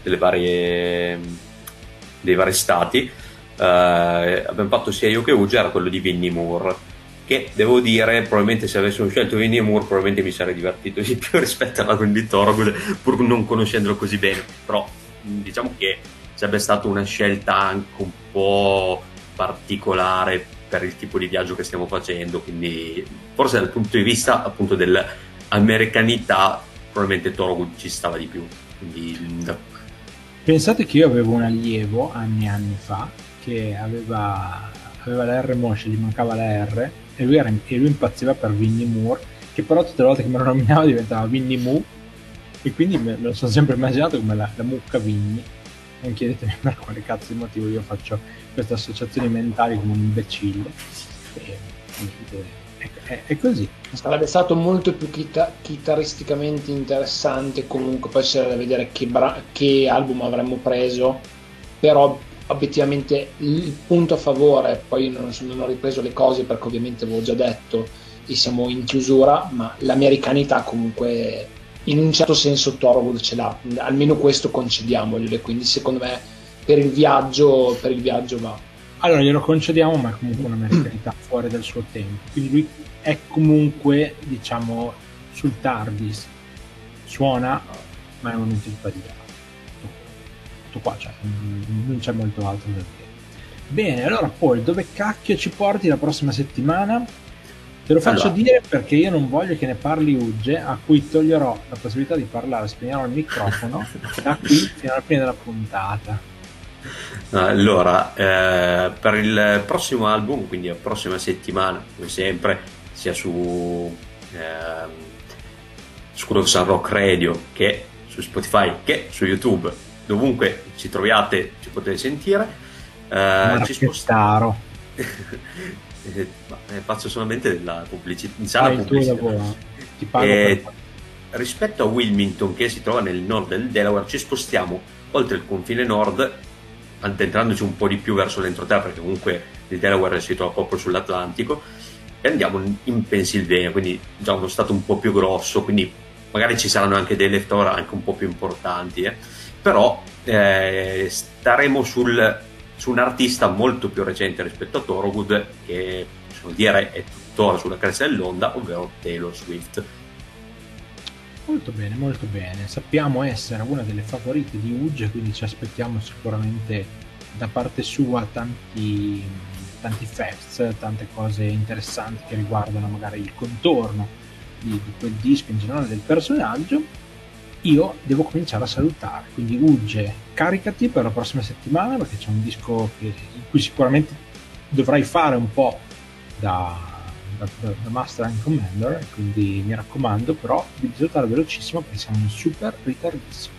stati, abbiamo fatto sia io che Uge, era quello di Vinnie Moore, che devo dire, probabilmente se avessimo scelto Vinnie Moore probabilmente mi sarei divertito di più rispetto alla di Thorogood, pur non conoscendolo così bene. Però diciamo che sarebbe stata una scelta anche un po' particolare per il tipo di viaggio che stiamo facendo, quindi forse dal punto di vista appunto dell'americanità probabilmente Thorogood ci stava di più. Quindi, pensate che io avevo un allievo anni e anni fa che aveva la R moscia, gli mancava la R, e lui impazziva per Vinnie Moore, che però tutte le volte che me lo nominava diventava Vinnie Moo, e quindi me lo sono sempre immaginato come la mucca Vinnie. Non chiedetemi per quale cazzo di motivo io faccio queste associazioni mentali come un imbecille, è così. Sarebbe stato molto più chitarristicamente interessante, comunque poi c'era da vedere che album avremmo preso, però obiettivamente il punto a favore, poi non ho ripreso le cose perché ovviamente avevo già detto e siamo in chiusura, ma l'americanità comunque in un certo senso Thorogood ce l'ha, almeno questo concediamoglielo, e quindi secondo me per il viaggio va. Allora glielo concediamo, ma è comunque un'americanità fuori dal suo tempo, quindi lui è comunque, diciamo, sul TARDIS, suona, ma è un momento di sbagliato. Tutto qua, cioè, non c'è molto altro da dire. Bene, allora Paul, dove cacchio ci porti la prossima settimana? Te lo faccio dire perché io non voglio che ne parli Uge, a cui toglierò la possibilità di parlare, spegnerò il microfono da qui fino alla fine della puntata. Allora, per il prossimo album, quindi la prossima settimana, come sempre, sia su School of Sun Rock Radio che su Spotify che su YouTube, dovunque ci troviate ci potete sentire. Ci spostiamo. Faccio solamente della pubblicità. Ti pago rispetto a Wilmington, che si trova nel nord del Delaware, ci spostiamo oltre il confine nord, addentrandoci un po' di più verso l'entroterra, perché comunque il Delaware si trova proprio sull'Atlantico, e andiamo in Pennsylvania, quindi già uno stato un po' più grosso, quindi magari ci saranno anche dei leftover anche un po' più importanti, però staremo su un artista molto più recente rispetto a Thorogood, che possiamo dire è tuttora sulla cresta dell'onda, ovvero Taylor Swift. Molto bene, molto bene. Sappiamo essere una delle favorite di Uge, quindi ci aspettiamo sicuramente da parte sua tanti facts, tante cose interessanti che riguardano magari il contorno di quel disco, in generale del personaggio. Io devo cominciare a salutare, quindi Uge, caricati per la prossima settimana, perché c'è un disco in cui sicuramente dovrai fare un po' da Master and Commander, quindi mi raccomando, però devi salutare velocissimo perché siamo in super ritardissimo.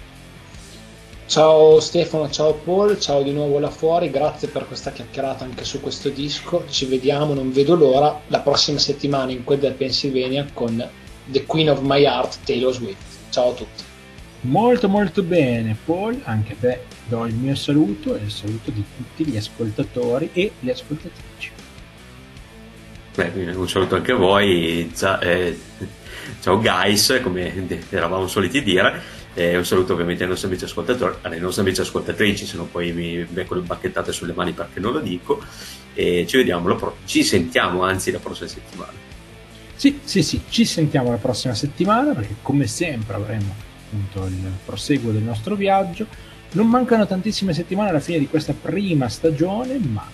Ciao Stefano, ciao Paul, ciao di nuovo là fuori, grazie per questa chiacchierata anche su questo disco. Ci vediamo, non vedo l'ora, la prossima settimana in quel del Pennsylvania con The Queen of My Heart, Taylor Swift. Ciao a tutti. Molto molto bene Paul, anche a te do il mio saluto e il saluto di tutti gli ascoltatori e le ascoltatrici. Un saluto anche a voi, ciao guys, come eravamo soliti dire, e un saluto ovviamente ai nostri amici ascoltatori, alle nostre amici ascoltatrici, se no poi mi becco le bacchettate sulle mani perché non lo dico, e ci sentiamo anzi la prossima settimana. Sì, ci sentiamo la prossima settimana, perché come sempre avremo appunto il proseguo del nostro viaggio. Non mancano tantissime settimane alla fine di questa prima stagione, ma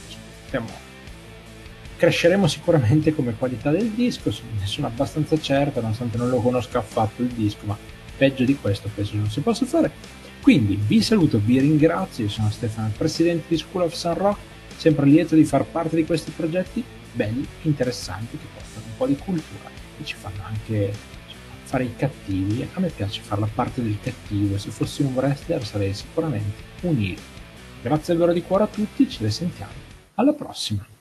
cresceremo sicuramente come qualità del disco. Ne sono abbastanza certa, nonostante non lo conosca affatto il disco, ma peggio di questo penso non si possa fare. Quindi vi saluto, vi ringrazio, io sono Stefano, presidente di School of Sun Rock, sempre lieto di far parte di questi progetti belli, interessanti, che portano un po' di cultura e ci fanno anche fare i cattivi. A me piace fare la parte del cattivo, se fossi un wrestler sarei sicuramente un heel. Grazie davvero di cuore a tutti, ci risentiamo alla prossima.